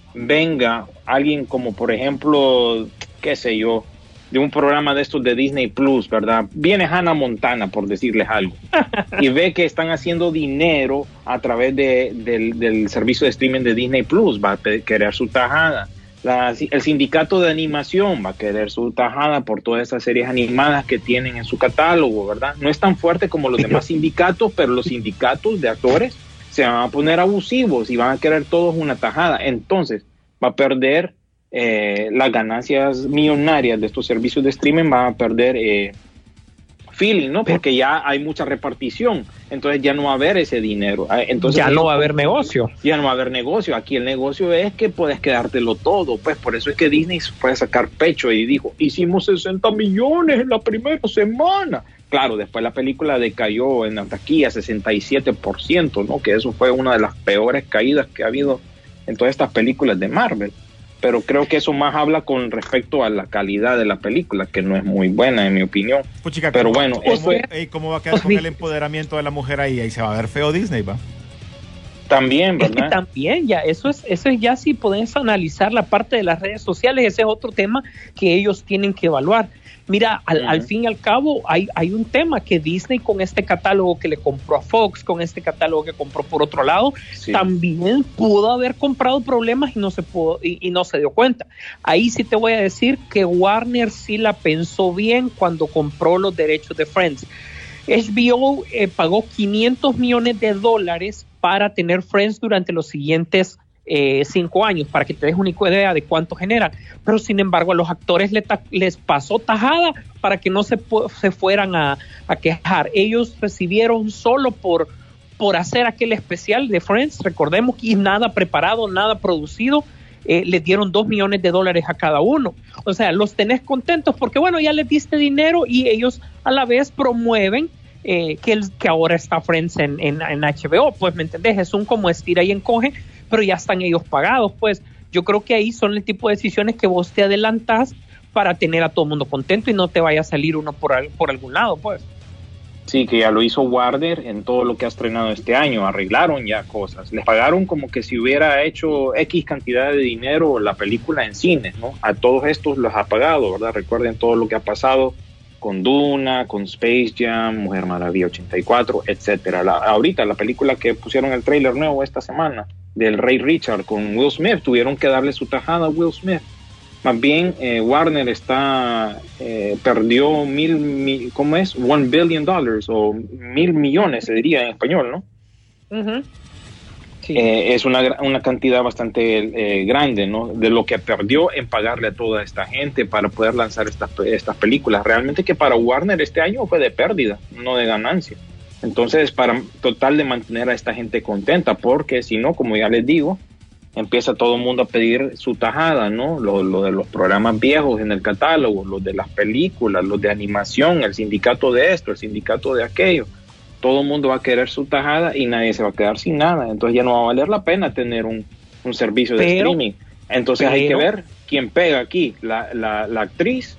S7: venga alguien como por ejemplo, qué sé yo, de un programa de estos de Disney Plus, ¿verdad? Viene Hannah Montana, por decirles algo, y ve que están haciendo dinero a través de, del, del servicio de streaming de Disney Plus, va a querer su tajada. La, el sindicato de animación va a querer su tajada por todas esas series animadas que tienen en su catálogo, ¿verdad? No es tan fuerte como los demás sindicatos, pero los sindicatos de actores se van a poner abusivos y van a querer todos una tajada. Entonces va a perder eh, las ganancias millonarias de estos servicios de streaming, van a perder eh, feeling, ¿no? Porque ya hay mucha repartición, entonces ya no va a haber ese dinero. Entonces
S8: ya no va a haber negocio.
S7: Ya no va a haber negocio. Aquí el negocio es que puedes quedártelo todo, pues por eso es que Disney puede sacar pecho y dijo, hicimos sesenta millones en la primera semana. Claro, después la película decayó en la taquilla sesenta y siete por ciento, ¿no? Que eso fue una de las peores caídas que ha habido en todas estas películas de Marvel. Pero creo que eso más habla con respecto a la calidad de la película, que no es muy buena en mi opinión.
S6: Pues chica,
S7: pero
S6: ¿cómo,
S7: bueno,
S6: ¿cómo,
S7: eso es,
S6: ey, ¿cómo va a quedar con el empoderamiento de la mujer ahí? Ahí se va a ver feo Disney, ¿va?
S7: También, ¿verdad?
S8: Es que también ya, eso es, eso es ya si podés analizar la parte de las redes sociales, ese es otro tema que ellos tienen que evaluar. Mira, al, uh-huh. al fin y al cabo hay, hay un tema que Disney con este catálogo que le compró a Fox, con este catálogo que compró por otro lado, sí. también pudo haber comprado problemas y no se pudo y, y no se dio cuenta. Ahí sí te voy a decir que Warner sí la pensó bien cuando compró los derechos de Friends. H B O eh, pagó quinientos millones de dólares para tener Friends durante los siguientes Eh, cinco años, para que te des una idea de cuánto generan, pero sin embargo a los actores les, ta- les pasó tajada para que no se, pu- se fueran a, a quejar. Ellos recibieron solo por, por hacer aquel especial de Friends, recordemos que nada preparado, nada producido, eh, les dieron dos millones de dólares a cada uno. O sea, los tenés contentos porque bueno, ya les diste dinero y ellos a la vez promueven eh, que, el, que ahora está Friends en, en, en H B O, pues me entendés, es un como estira y encoge, pero ya están ellos pagados, pues yo creo que ahí son el tipo de decisiones que vos te adelantás para tener a todo el mundo contento y no te vaya a salir uno por, por algún lado, pues.
S7: Sí, que ya lo hizo Warner en todo lo que ha estrenado este año, arreglaron ya cosas, les pagaron como que si hubiera hecho X cantidad de dinero la película en cines, ¿no? A todos estos los ha pagado, ¿verdad? Recuerden todo lo que ha pasado con Duna, con Space Jam, Mujer Maravilla ochenta y cuatro, etcétera. La, ahorita la película que pusieron el tráiler nuevo esta semana del Rey Richard con Will Smith, tuvieron que darle su tajada a Will Smith. Más bien eh, Warner está eh, perdió mil, mil, ¿cómo es? One billion dollars o mil millones se diría en español, ¿no?
S8: Uh-huh. Sí.
S7: Eh, es una, una cantidad bastante eh, grande, ¿no? De lo que perdió en pagarle a toda esta gente para poder lanzar estas, estas películas. Realmente que para Warner este año fue de pérdida, no de ganancia. Entonces, para total de mantener a esta gente contenta, porque si no, como ya les digo, empieza todo el mundo a pedir su tajada, ¿no? Lo, lo de los programas viejos en el catálogo, los de las películas, los de animación, el sindicato de esto, el sindicato de aquello. Todo el mundo va a querer su tajada y nadie se va a quedar sin nada. Entonces ya no va a valer la pena tener un, un servicio de pero, streaming. Entonces pero, hay que ver quién pega aquí, la, la, la actriz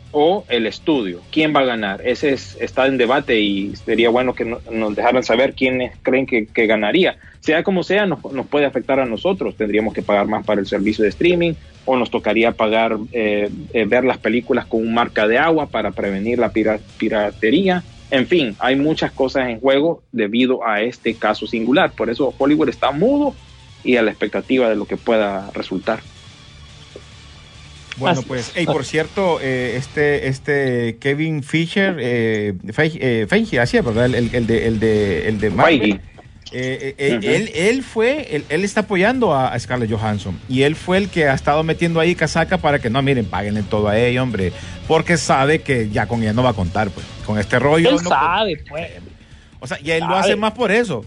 S7: o el estudio. ¿Quién va a ganar? Ese es, está en debate y sería bueno que no, nos dejaran saber quiénes creen que, que ganaría. Sea como sea, nos, nos puede afectar a nosotros. Tendríamos que pagar más para el servicio de streaming o nos tocaría pagar, eh, eh, ver las películas con un marca de agua para prevenir la pira, piratería. En fin, hay muchas cosas en juego debido a este caso singular. Por eso Hollywood está mudo y a la expectativa de lo que pueda resultar.
S6: Bueno, pues, hey, por cierto, eh, este este Kevin Feige, eh, Feige, eh, Feige, así es, ¿verdad? El, el, el de el de el de Marvel. Eh, eh, uh-huh. él, él fue, él, él está apoyando a, a Scarlett Johansson y él fue el que ha estado metiendo ahí casaca para que no, miren, páguenle todo a ella, hombre, porque sabe que ya con ella no va a contar, pues, con este rollo.
S8: Él
S6: no,
S8: sabe, pues.
S6: O sea, y él sabe. Lo hace más por eso.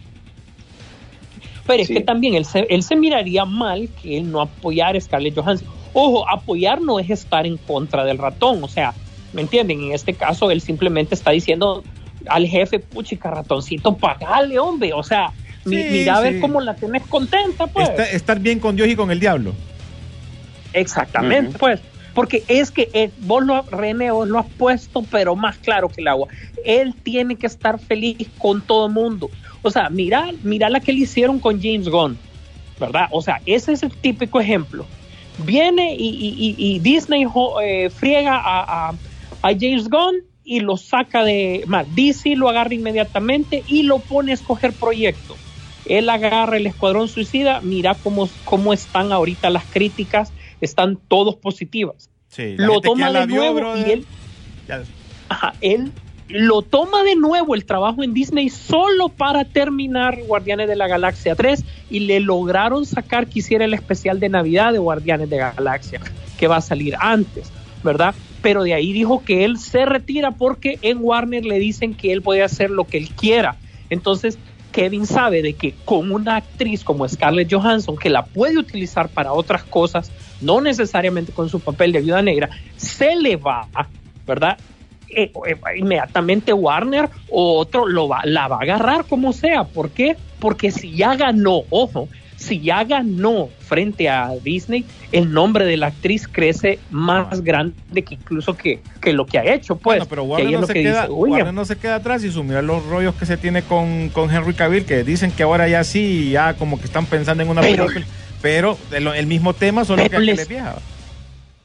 S8: Pero es
S7: sí.
S8: que también él se, él se miraría mal que él no apoyara a Scarlett Johansson. Ojo, apoyar no es estar en contra del ratón, o sea, ¿me entienden? En este caso él simplemente está diciendo al jefe, puchica, ratoncito, pagale, hombre, o sea, sí, mi, mira sí. a ver cómo la tenés contenta, pues.
S6: Está, estar bien con Dios y con el diablo.
S8: Exactamente, uh-huh. pues, porque es que eh, vos lo, René, vos lo has puesto, pero más claro que el agua. Él tiene que estar feliz con todo el mundo. O sea, mira, mira la que le hicieron con James Gunn, ¿verdad? O sea, ese es el típico ejemplo. Viene y, y, y Disney eh, friega a, a, a James Gunn y lo saca de... Más, D C lo agarra inmediatamente y lo pone a escoger proyecto. Él agarra el Escuadrón Suicida, mira cómo, cómo están ahorita las críticas, están todos positivas.
S6: Sí,
S8: lo toma de vio, nuevo brother. y él... Ajá, él lo toma de nuevo el trabajo en Disney solo para terminar Guardianes de la Galaxia tres y le lograron sacar que hiciera el especial de Navidad de Guardianes de la Galaxia, que va a salir antes, ¿verdad? Pero de ahí dijo que él se retira porque en Warner le dicen que él puede hacer lo que él quiera. Entonces Kevin sabe de que con una actriz como Scarlett Johansson, que la puede utilizar para otras cosas, no necesariamente con su papel de Viuda Negra, se le va, ¿verdad? Eh, eh, inmediatamente Warner o otro lo va, la va a agarrar como sea. ¿Por qué? Porque si ya ganó, ojo, si ya ganó frente a Disney, el nombre de la actriz crece más grande que incluso que, que lo que ha hecho, pues.
S6: Bueno, pero Warner, no se, queda, dice, Warner no se queda atrás y sumir los rollos que se tiene con, con Henry Cavill, que dicen que ahora ya sí, ya como que están pensando en una
S8: pero,
S6: película, pero el, el mismo tema, solo que les, les viajaba.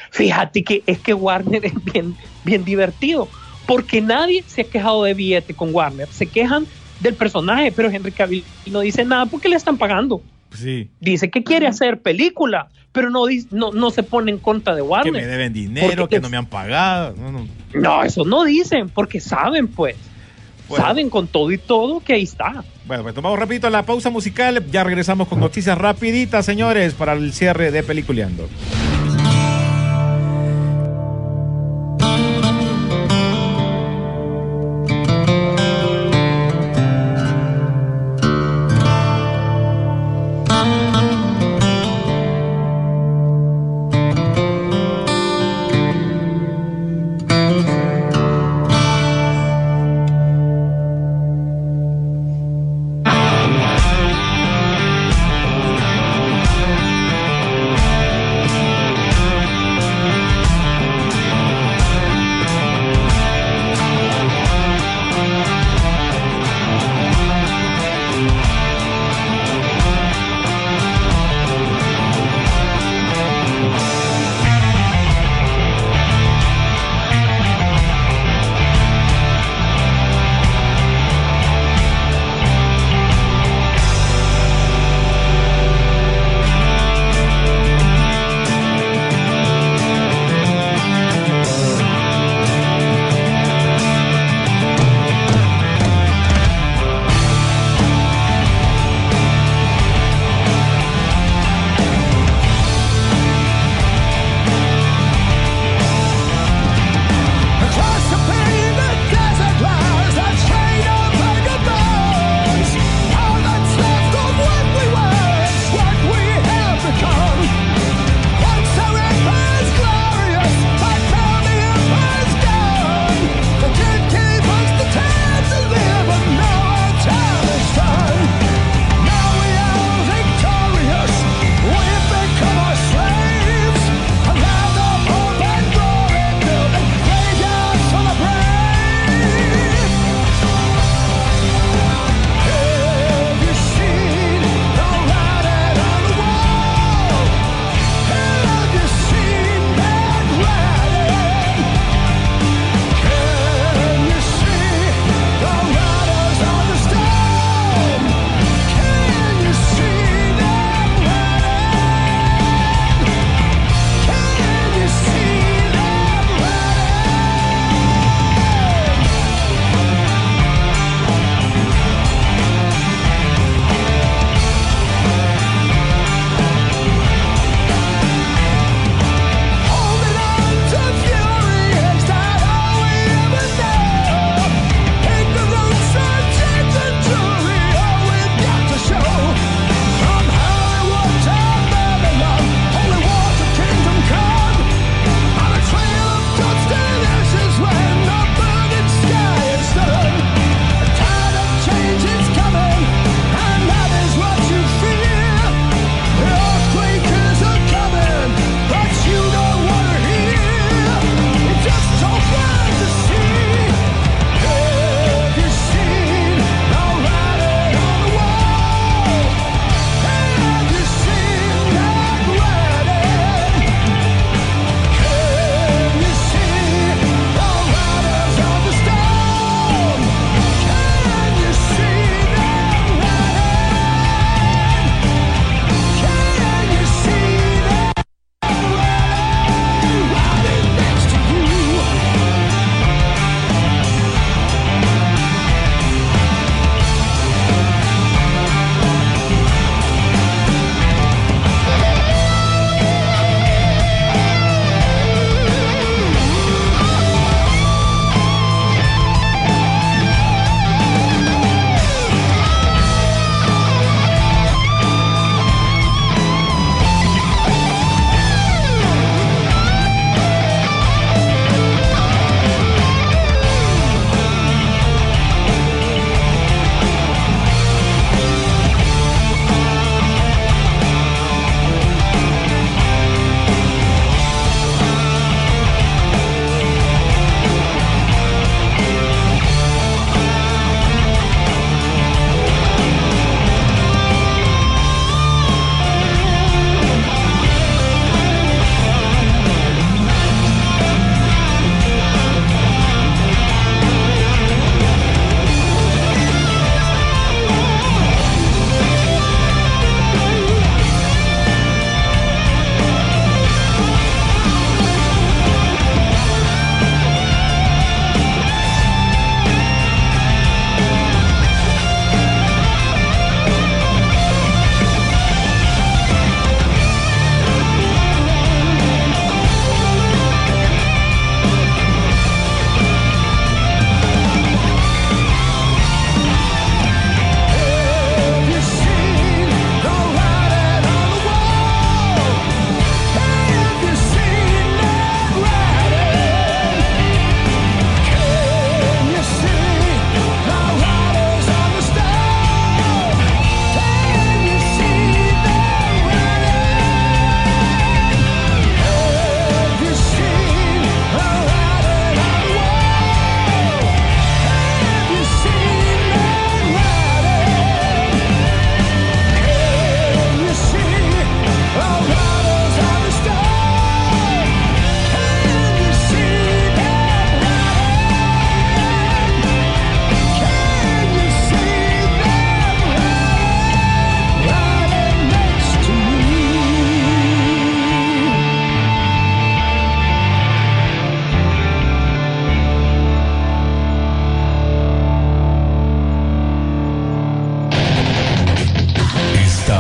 S8: Fíjate que es que Warner es bien, bien divertido, porque nadie se ha quejado de billete con Warner. Se quejan del personaje, pero Henry Cavill no dice nada porque le están pagando.
S6: Sí.
S8: Dice que quiere hacer película, pero no, no, no se pone en contra de Warner.
S6: Que me deben dinero, que no me han pagado. No, no.
S8: no, eso no dicen, porque saben, pues. Bueno. Saben con todo y todo que ahí está.
S6: Bueno, pues tomamos rapidito la pausa musical. Ya regresamos con noticias rapiditas, señores, para el cierre de Peliculeando.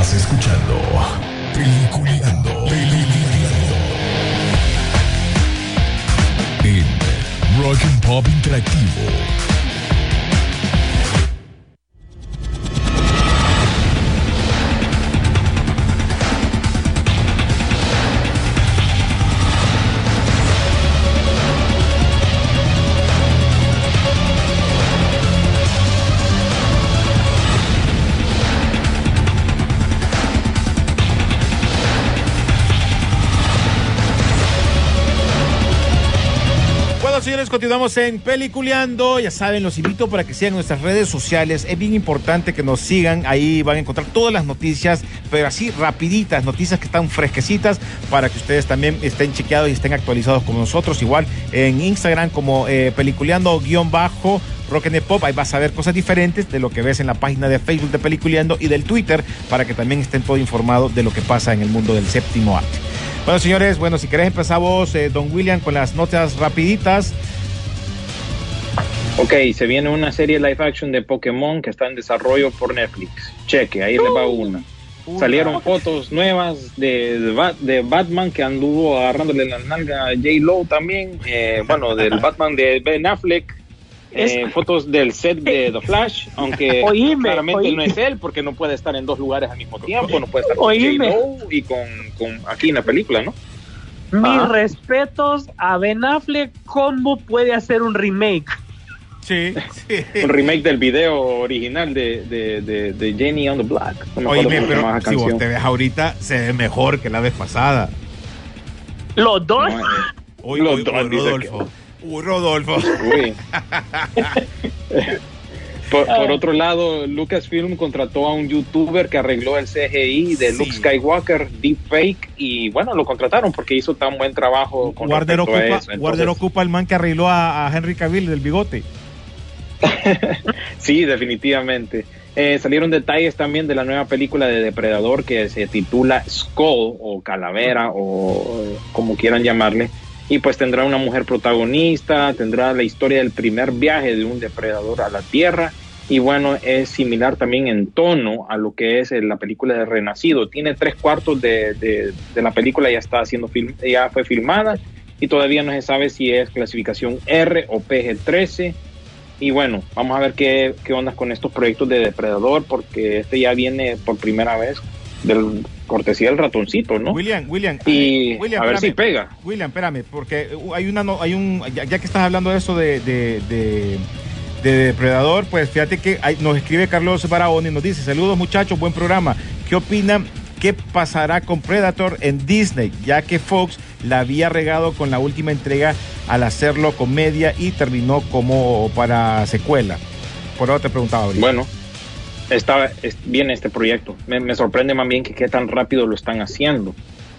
S4: Estás escuchando Peliculeando. Peliculeando. En Rock and Pop Interactivo.
S6: Señores, continuamos en Peliculeando. Ya saben, los invito para que sigan nuestras redes sociales. Es bien importante que nos sigan. Ahí van a encontrar todas las noticias, pero así rapiditas, noticias que están fresquecitas para que ustedes también estén chequeados y estén actualizados como nosotros. Igual en Instagram como eh, Peliculeando guión bajo Rock and Pop. Ahí vas a ver cosas diferentes de lo que ves en la página de Facebook de Peliculeando y del Twitter, para que también estén todo informados de lo que pasa en el mundo del séptimo arte. Bueno, señores, bueno, si querés empezamos, eh, don William, con las notas rapiditas.
S7: Ok, se viene una serie live action de Pokémon que está en desarrollo por Netflix. Cheque, ahí uh, les va una. una. Salieron fotos nuevas de, de, Bat, de Batman, que anduvo agarrándole la nalga a J-Lo también. Eh, bueno, del Batman de Ben Affleck. Eh, es... Fotos del set de The Flash, aunque oíme, claramente oíme. no es él, porque no puede estar en dos lugares al mismo tiempo, no puede estar con J-Lo y con, con aquí en la película, ¿no?
S8: Mis ah. respetos a Ben Affleck. ¿Cómo puede hacer un remake?
S6: Sí, sí.
S7: Un remake del video original de, de, de, de Jenny on the Block. No
S6: Oíme, pero si vos te ves ahorita, se ve mejor que la vez pasada.
S8: ¿Los dos? No, eh.
S6: Hoy, Los hoy, dos, hoy, Rodolfo. Uy, Rodolfo. Uy.
S7: por, por otro lado, Lucasfilm contrató a un youtuber que arregló el C G I de sí. Luke Skywalker, deepfake, y bueno, lo contrataron porque hizo tan buen trabajo con
S6: Warner ocupa,
S7: a eso. Entonces...
S6: Warner ocupa el man que arregló a, a Henry Cavill del bigote.
S7: Sí, definitivamente. Eh, salieron detalles también de la nueva película de Depredador que se titula Skull o Calavera o como quieran llamarle. Y pues tendrá una mujer protagonista, tendrá la historia del primer viaje de un depredador a la Tierra. Y bueno, es similar también en tono a lo que es la película de Renacido. Tiene tres cuartos de, de, de la película, ya está haciendo film, ya fue filmada y todavía no se sabe si es clasificación R o P G trece. Y bueno, vamos a ver qué, qué onda con estos proyectos de Depredador, porque este ya viene por primera vez del cortesía del ratoncito, ¿no?
S6: William, William,
S7: y
S6: William,
S7: a ver
S6: espérame,
S7: si pega.
S6: William, espérame, porque hay una, hay un, ya, ya que estás hablando de eso de, de, de, de Depredador, pues fíjate que hay, nos escribe Carlos Barahona y nos dice: saludos muchachos, buen programa. ¿Qué opinan? ¿Qué pasará con Predator en Disney? Ya que Fox la había regado con la última entrega al hacerlo comedia y terminó como para secuela. Por eso te preguntaba ahorita.
S7: Bueno, está bien este proyecto. Me, me sorprende más bien que qué tan rápido lo están haciendo.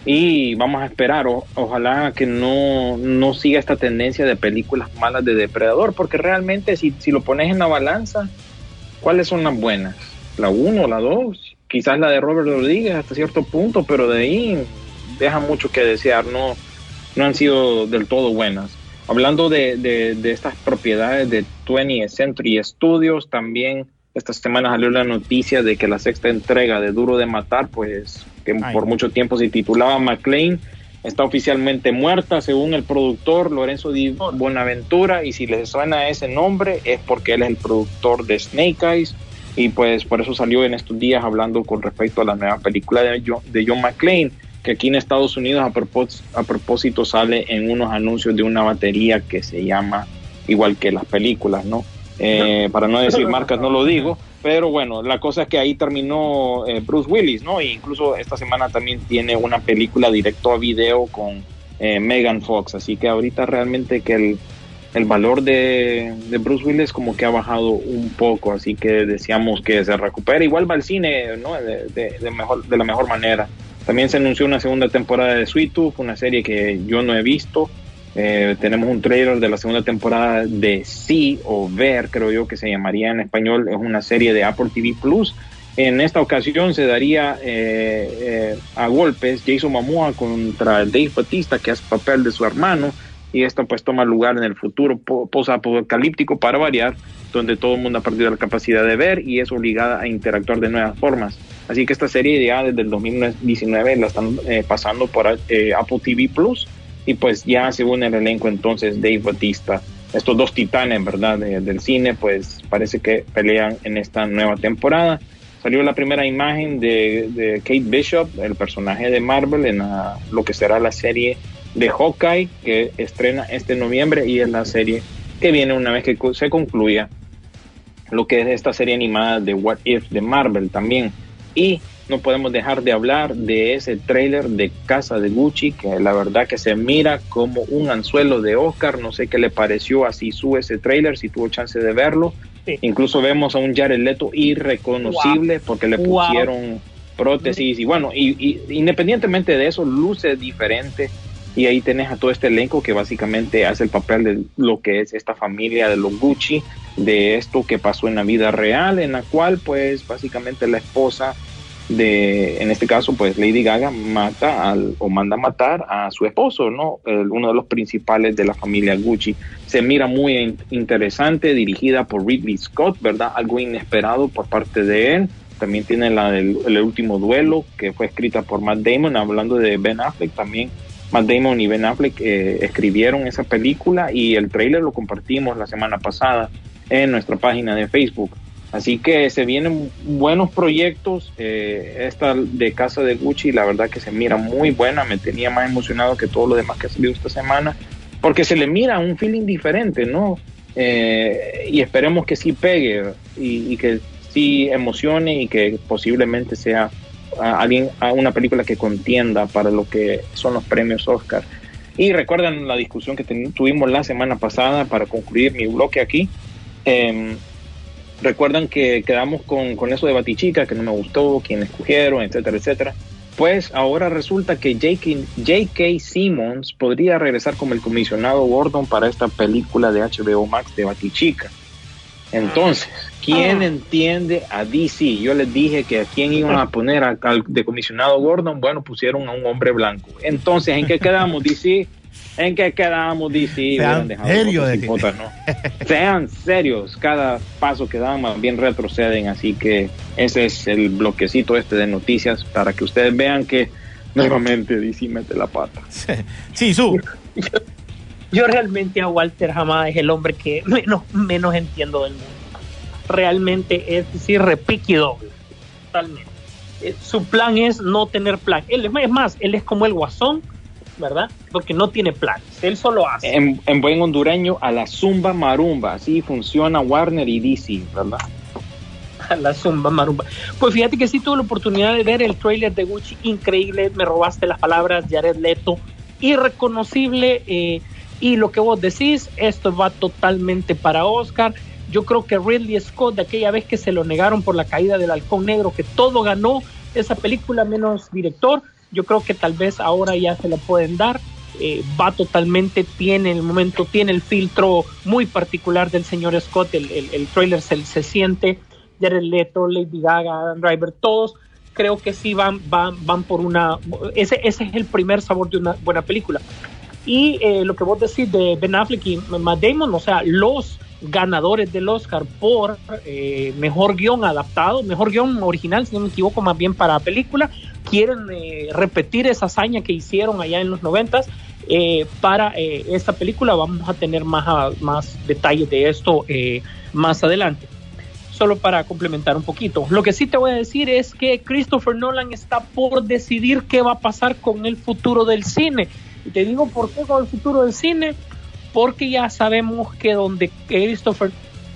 S7: Y vamos a esperar, o, ojalá que no, no siga esta tendencia de películas malas de Depredador, porque realmente si, si lo pones en la balanza, ¿cuáles son las buenas? ¿La uno, la dos? Quizás la de Robert Rodríguez hasta cierto punto, pero de ahí deja mucho que desear, no, no han sido del todo buenas. Hablando de, de, de estas propiedades de twentieth Century Studios, también esta semana salió la noticia de que la sexta entrega de Duro de Matar, pues que Ay. por mucho tiempo se titulaba McClane, está oficialmente muerta según el productor Lorenzo Di Bonaventura, y si les suena ese nombre es porque él es el productor de Snake Eyes, y pues por eso salió en estos días hablando con respecto a la nueva película de John, de John McClane, que aquí en Estados Unidos a propósito, a propósito sale en unos anuncios de una batería que se llama igual que las películas, ¿no? Eh, para no decir marcas no lo digo, pero bueno, la cosa es que ahí terminó eh, Bruce Willis, ¿no? E incluso esta semana también tiene una película directo a video con eh, Megan Fox, así que ahorita realmente que el, el valor de, de Bruce Willis como que ha bajado un poco, así que deseamos que se recupere, igual va al cine, ¿no? De, de, de, mejor, de la mejor manera. También se anunció una segunda temporada de Sweet Tooth, una serie que yo no he visto. Eh, tenemos un trailer de la segunda temporada de Sí o Ver, creo yo que se llamaría en español. Es una serie de Apple T V Plus. En esta ocasión se daría eh, eh, a golpes Jason Momoa contra Dave Bautista, que hace papel de su hermano, y esto pues toma lugar en el futuro post-apocalíptico, para variar, donde todo el mundo ha perdido la capacidad de ver y es obligada a interactuar de nuevas formas. Así que esta serie ya desde el dos mil diecinueve la están eh, pasando por eh, Apple T V Plus, y pues ya según el elenco entonces Dave Bautista, estos dos titanes, ¿verdad?, de, del cine, pues parece que pelean en esta nueva temporada. Salió la primera imagen de, de Kate Bishop, el personaje de Marvel, en la, lo que será la serie de Hawkeye, que estrena este noviembre, y es la serie que viene una vez que se concluya lo que es esta serie animada de What If de Marvel también. Y no podemos dejar de hablar de ese tráiler de Casa de Gucci, que la verdad que se mira como un anzuelo de Oscar. No sé qué le pareció a Sisu ese tráiler, si tuvo chance de verlo. Sí. Incluso vemos a un Jared Leto irreconocible, wow, porque le pusieron wow. prótesis, y bueno, y, y independientemente de eso, luce diferente. Y ahí tenés a todo este elenco que básicamente hace el papel de lo que es esta familia de los Gucci, de esto que pasó en la vida real, en la cual pues básicamente la esposa de, en este caso pues Lady Gaga, mata al, o manda a matar a su esposo, ¿no? El, uno de los principales de la familia Gucci. Se mira muy in- interesante, dirigida por Ridley Scott, ¿verdad? Algo inesperado por parte de él. También tiene la del el último duelo, que fue escrita por Matt Damon. Hablando de Ben Affleck, también Matt Damon y Ben Affleck eh, escribieron esa película, y el tráiler lo compartimos la semana pasada en nuestra página de Facebook. Así que se vienen buenos proyectos. Eh, esta de Casa de Gucci, la verdad que se mira muy buena. Me tenía más emocionado que todo lo demás que ha salido esta semana, porque se le mira un feeling diferente, ¿no? Eh, y esperemos que sí pegue, y, y que sí emocione, y que posiblemente sea a alguien, a una película que contienda para lo que son los premios Oscar. Y recuerdan la discusión que ten, tuvimos la semana pasada para concluir mi bloque aquí. Eh, recuerdan que quedamos con, con eso de Batichica, que no me gustó, quién escogieron, etcétera, etcétera. Pues ahora resulta que J K Simmons podría regresar como el comisionado Gordon para esta película de H B O Max de Batichica. Entonces, ¿quién ah. entiende a D C? Yo les dije que a quién iban a poner a, al de comisionado Gordon. Bueno, pusieron a un hombre blanco. Entonces, ¿en qué quedamos, D C? ¿En qué quedamos, D C?
S6: Sean serios, de
S7: botas, ¿no? Sean serios. Cada paso que dan más bien retroceden. Así que ese es el bloquecito este de noticias, para que ustedes vean que nuevamente D C mete la pata.
S6: Sí, su.
S8: Yo realmente a Walter Hamada es el hombre que menos, menos entiendo del mundo. Realmente es decir, repique doble. Totalmente. Eh, su plan es no tener plan. Él es más, él es como el Guasón, ¿verdad? Porque no tiene planes. Él solo hace.
S7: En, en buen hondureño, a la zumba marumba. Así funciona Warner y D C, ¿verdad?
S8: A la zumba marumba. Pues fíjate que sí tuve la oportunidad de ver el tráiler de Gucci. Increíble. Me robaste las palabras. Jared Leto, irreconocible. Eh, Y lo que vos decís, esto va totalmente para Oscar. Yo creo que Ridley Scott, de aquella vez que se lo negaron por la caída del Halcón Negro, que todo ganó esa película menos director, yo creo que tal vez ahora ya se la pueden dar. Eh, va totalmente, tiene el momento, tiene el filtro muy particular del señor Scott. El, el, el trailer se, se siente. Jared Leto, Lady Gaga, Adam Driver, todos creo que sí van, van, van por una... Ese, ese es el primer sabor de una buena película. Y eh, lo que vos decís de Ben Affleck y Matt Damon, o sea, los ganadores del Oscar por eh, mejor guión adaptado, mejor guión original, si no me equivoco, más bien para película, quieren eh, repetir esa hazaña que hicieron allá en los noventas. Eh, para eh, esta película vamos a tener más, más detalles de esto eh, más adelante. Solo para complementar un poquito. Lo que sí te voy a decir es que Christopher Nolan está por decidir qué va a pasar con el futuro del cine. Y te digo por qué con el futuro del cine, porque ya sabemos que donde Christopher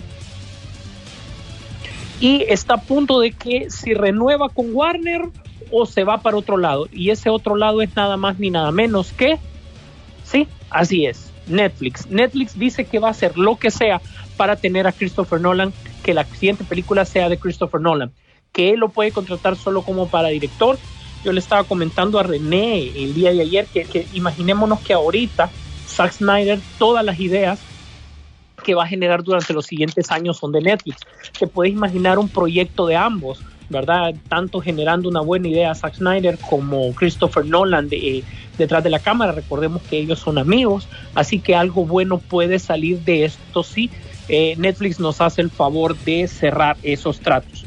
S8: y está a punto de que si renueva con Warner o se va para otro lado, y ese otro lado es nada más ni nada menos que, sí, así es, Netflix. Netflix dice que va a hacer lo que sea para tener a Christopher Nolan, que la siguiente película sea de Christopher Nolan, que él lo puede contratar solo como para director. Yo le estaba comentando a René el día de ayer que, que imaginémonos que ahorita Zack Snyder, todas las ideas que va a generar durante los siguientes años son de Netflix. Te puedes imaginar un proyecto de ambos, ¿verdad? Tanto generando una buena idea Zack Snyder como Christopher Nolan de, eh, detrás de la cámara. Recordemos que ellos son amigos, así que algo bueno puede salir de esto si eh, Netflix nos hace el favor de cerrar esos tratos.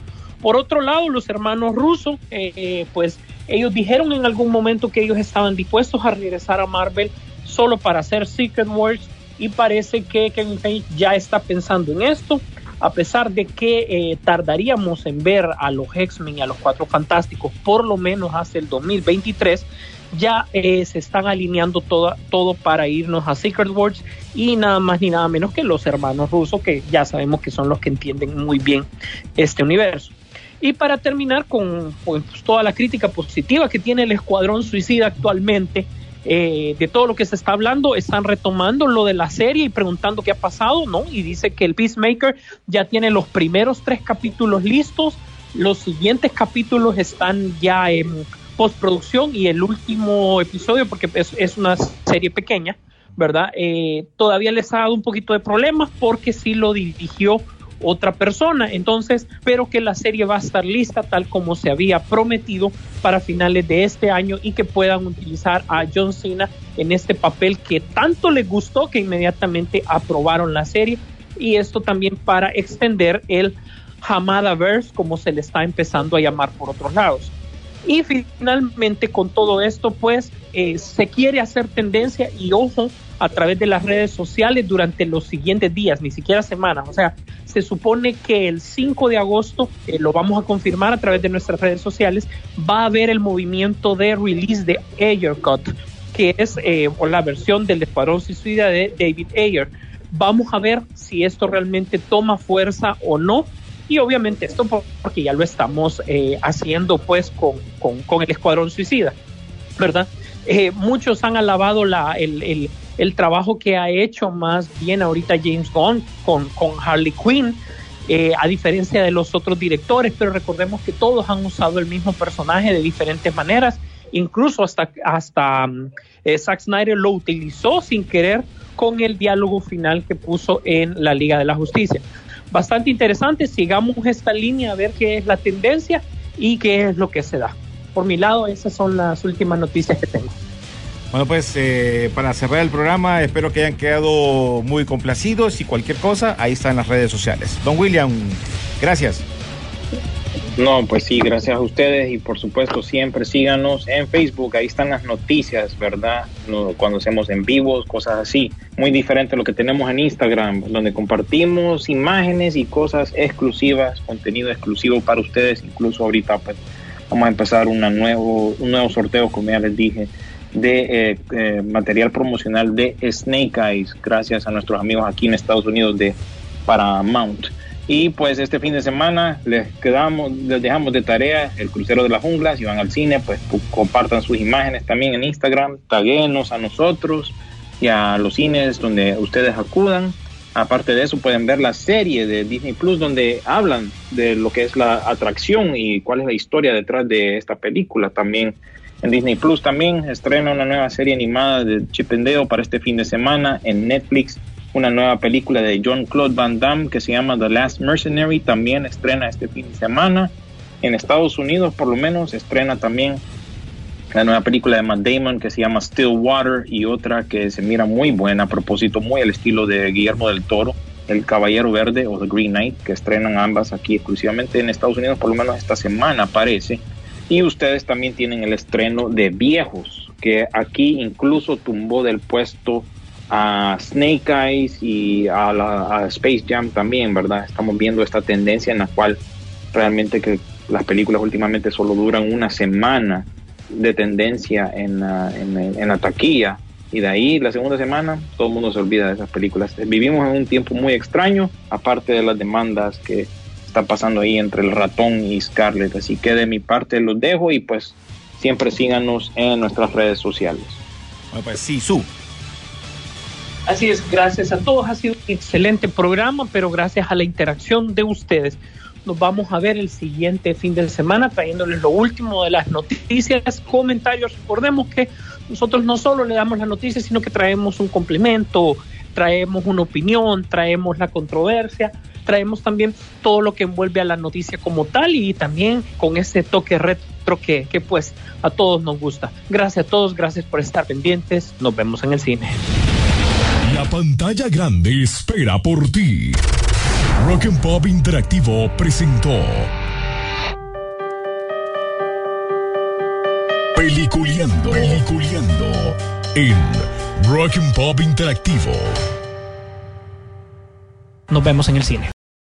S8: Por otro lado, los hermanos Russo, eh, pues ellos dijeron en algún momento que ellos estaban dispuestos a regresar a Marvel solo para hacer Secret Wars, y parece que Kevin Feige ya está pensando en esto, a pesar de que eh, tardaríamos en ver a los X-Men y a los Cuatro Fantásticos por lo menos hasta el dos mil veintitrés. Ya eh, se están alineando todo, todo para irnos a Secret Wars, y nada más ni nada menos que los hermanos Russo, que ya sabemos que son los que entienden muy bien este universo. Y para terminar con pues, toda la crítica positiva que tiene el Escuadrón Suicida actualmente, eh, de todo lo que se está hablando, están retomando lo de la serie y preguntando qué ha pasado, ¿no? Y dice que el Peacemaker ya tiene los primeros tres capítulos listos, los siguientes capítulos están ya en postproducción, y el último episodio, porque es, es una serie pequeña, ¿verdad? Eh, todavía les ha dado un poquito de problemas porque sí lo dirigió otra persona, entonces, pero que la serie va a estar lista tal como se había prometido para finales de este año, y que puedan utilizar a John Cena en este papel que tanto les gustó que inmediatamente aprobaron la serie, y esto también para extender el Hamadaverse, como se le está empezando a llamar por otros lados. Y finalmente, con todo esto, pues eh, se quiere hacer tendencia, y ojo, a través de las redes sociales durante los siguientes días, ni siquiera semanas. O sea, se supone que el cinco de agosto, eh, lo vamos a confirmar a través de nuestras redes sociales, va a haber el movimiento de release de Ayer Cut, que es eh, la versión del Escuadrón Suicida de David Ayer. Vamos a ver si esto realmente toma fuerza o no. Y obviamente esto porque ya lo estamos eh, haciendo pues con, con, con el Escuadrón Suicida, ¿verdad? Eh, muchos han alabado la, el, el, el trabajo que ha hecho más bien ahorita James Gunn con, con Harley Quinn, eh, a diferencia de los otros directores, pero recordemos que todos han usado el mismo personaje de diferentes maneras, incluso hasta, hasta eh, Zack Snyder lo utilizó sin querer con el diálogo final que puso en la Liga de la Justicia. Bastante interesante, sigamos esta línea a ver qué es la tendencia y qué es lo que se da. Por mi lado, esas son las últimas noticias que tengo.
S6: Bueno, pues eh, para cerrar el programa, espero que hayan quedado muy complacidos, y cualquier cosa, ahí están las redes sociales. Don William, gracias.
S7: No, pues sí, gracias a ustedes, y por supuesto siempre síganos en Facebook, ahí están las noticias, ¿verdad? No, cuando hacemos en vivos, cosas así, muy diferente a lo que tenemos en Instagram, donde compartimos imágenes y cosas exclusivas, contenido exclusivo para ustedes. Incluso ahorita pues vamos a empezar una nuevo, un nuevo sorteo, como ya les dije, de eh, eh, material promocional de Snake Eyes, gracias a nuestros amigos aquí en Estados Unidos de Paramount. Y pues este fin de semana les quedamos, les dejamos de tarea el crucero de la jungla. Si van al cine, pues compartan sus imágenes también en Instagram, taguéenos a nosotros y a los cines donde ustedes acudan. Aparte de eso, pueden ver la serie de Disney Plus, donde hablan de lo que es la atracción y cuál es la historia detrás de esta película. También en Disney Plus también estrena una nueva serie animada de Chip and Dale para este fin de semana. En Netflix, una nueva película de Jean-Claude Van Damme que se llama The Last Mercenary, también estrena este fin de semana. En Estados Unidos, por lo menos, estrena también la nueva película de Matt Damon que se llama Stillwater, y otra que se mira muy buena, a propósito, muy al estilo de Guillermo del Toro, El Caballero Verde o The Green Knight, que estrenan ambas aquí exclusivamente en Estados Unidos, por lo menos esta semana parece. Y ustedes también tienen el estreno de Viejos, que aquí incluso tumbó del puesto a Snake Eyes y a, la, a Space Jam también, ¿verdad? Estamos viendo esta tendencia en la cual realmente que las películas últimamente solo duran una semana de tendencia en, uh, en, en la taquilla, y de ahí la segunda semana todo el mundo se olvida de esas películas. Vivimos en un tiempo muy extraño, aparte de las demandas que están pasando ahí entre el ratón y Scarlett. Así que de mi parte los dejo, y pues siempre síganos en nuestras redes sociales.
S6: Bueno, pues sí, Su.
S8: Así es, gracias a todos, ha sido un excelente programa, pero gracias a la interacción de ustedes. Nos vamos a ver el siguiente fin de semana trayéndoles lo último de las noticias, comentarios. Recordemos que nosotros no solo le damos las noticias, sino que traemos un complemento, traemos una opinión, traemos la controversia, traemos también todo lo que envuelve a la noticia como tal, y también con ese toque retro que, que pues a todos nos gusta. Gracias a todos, gracias por estar pendientes, nos vemos en el cine.
S4: La pantalla grande espera por ti. Rock and Pop Interactivo presentó Peliculeando, Peliculeando en Rock and Pop Interactivo.
S9: Nos vemos en el cine.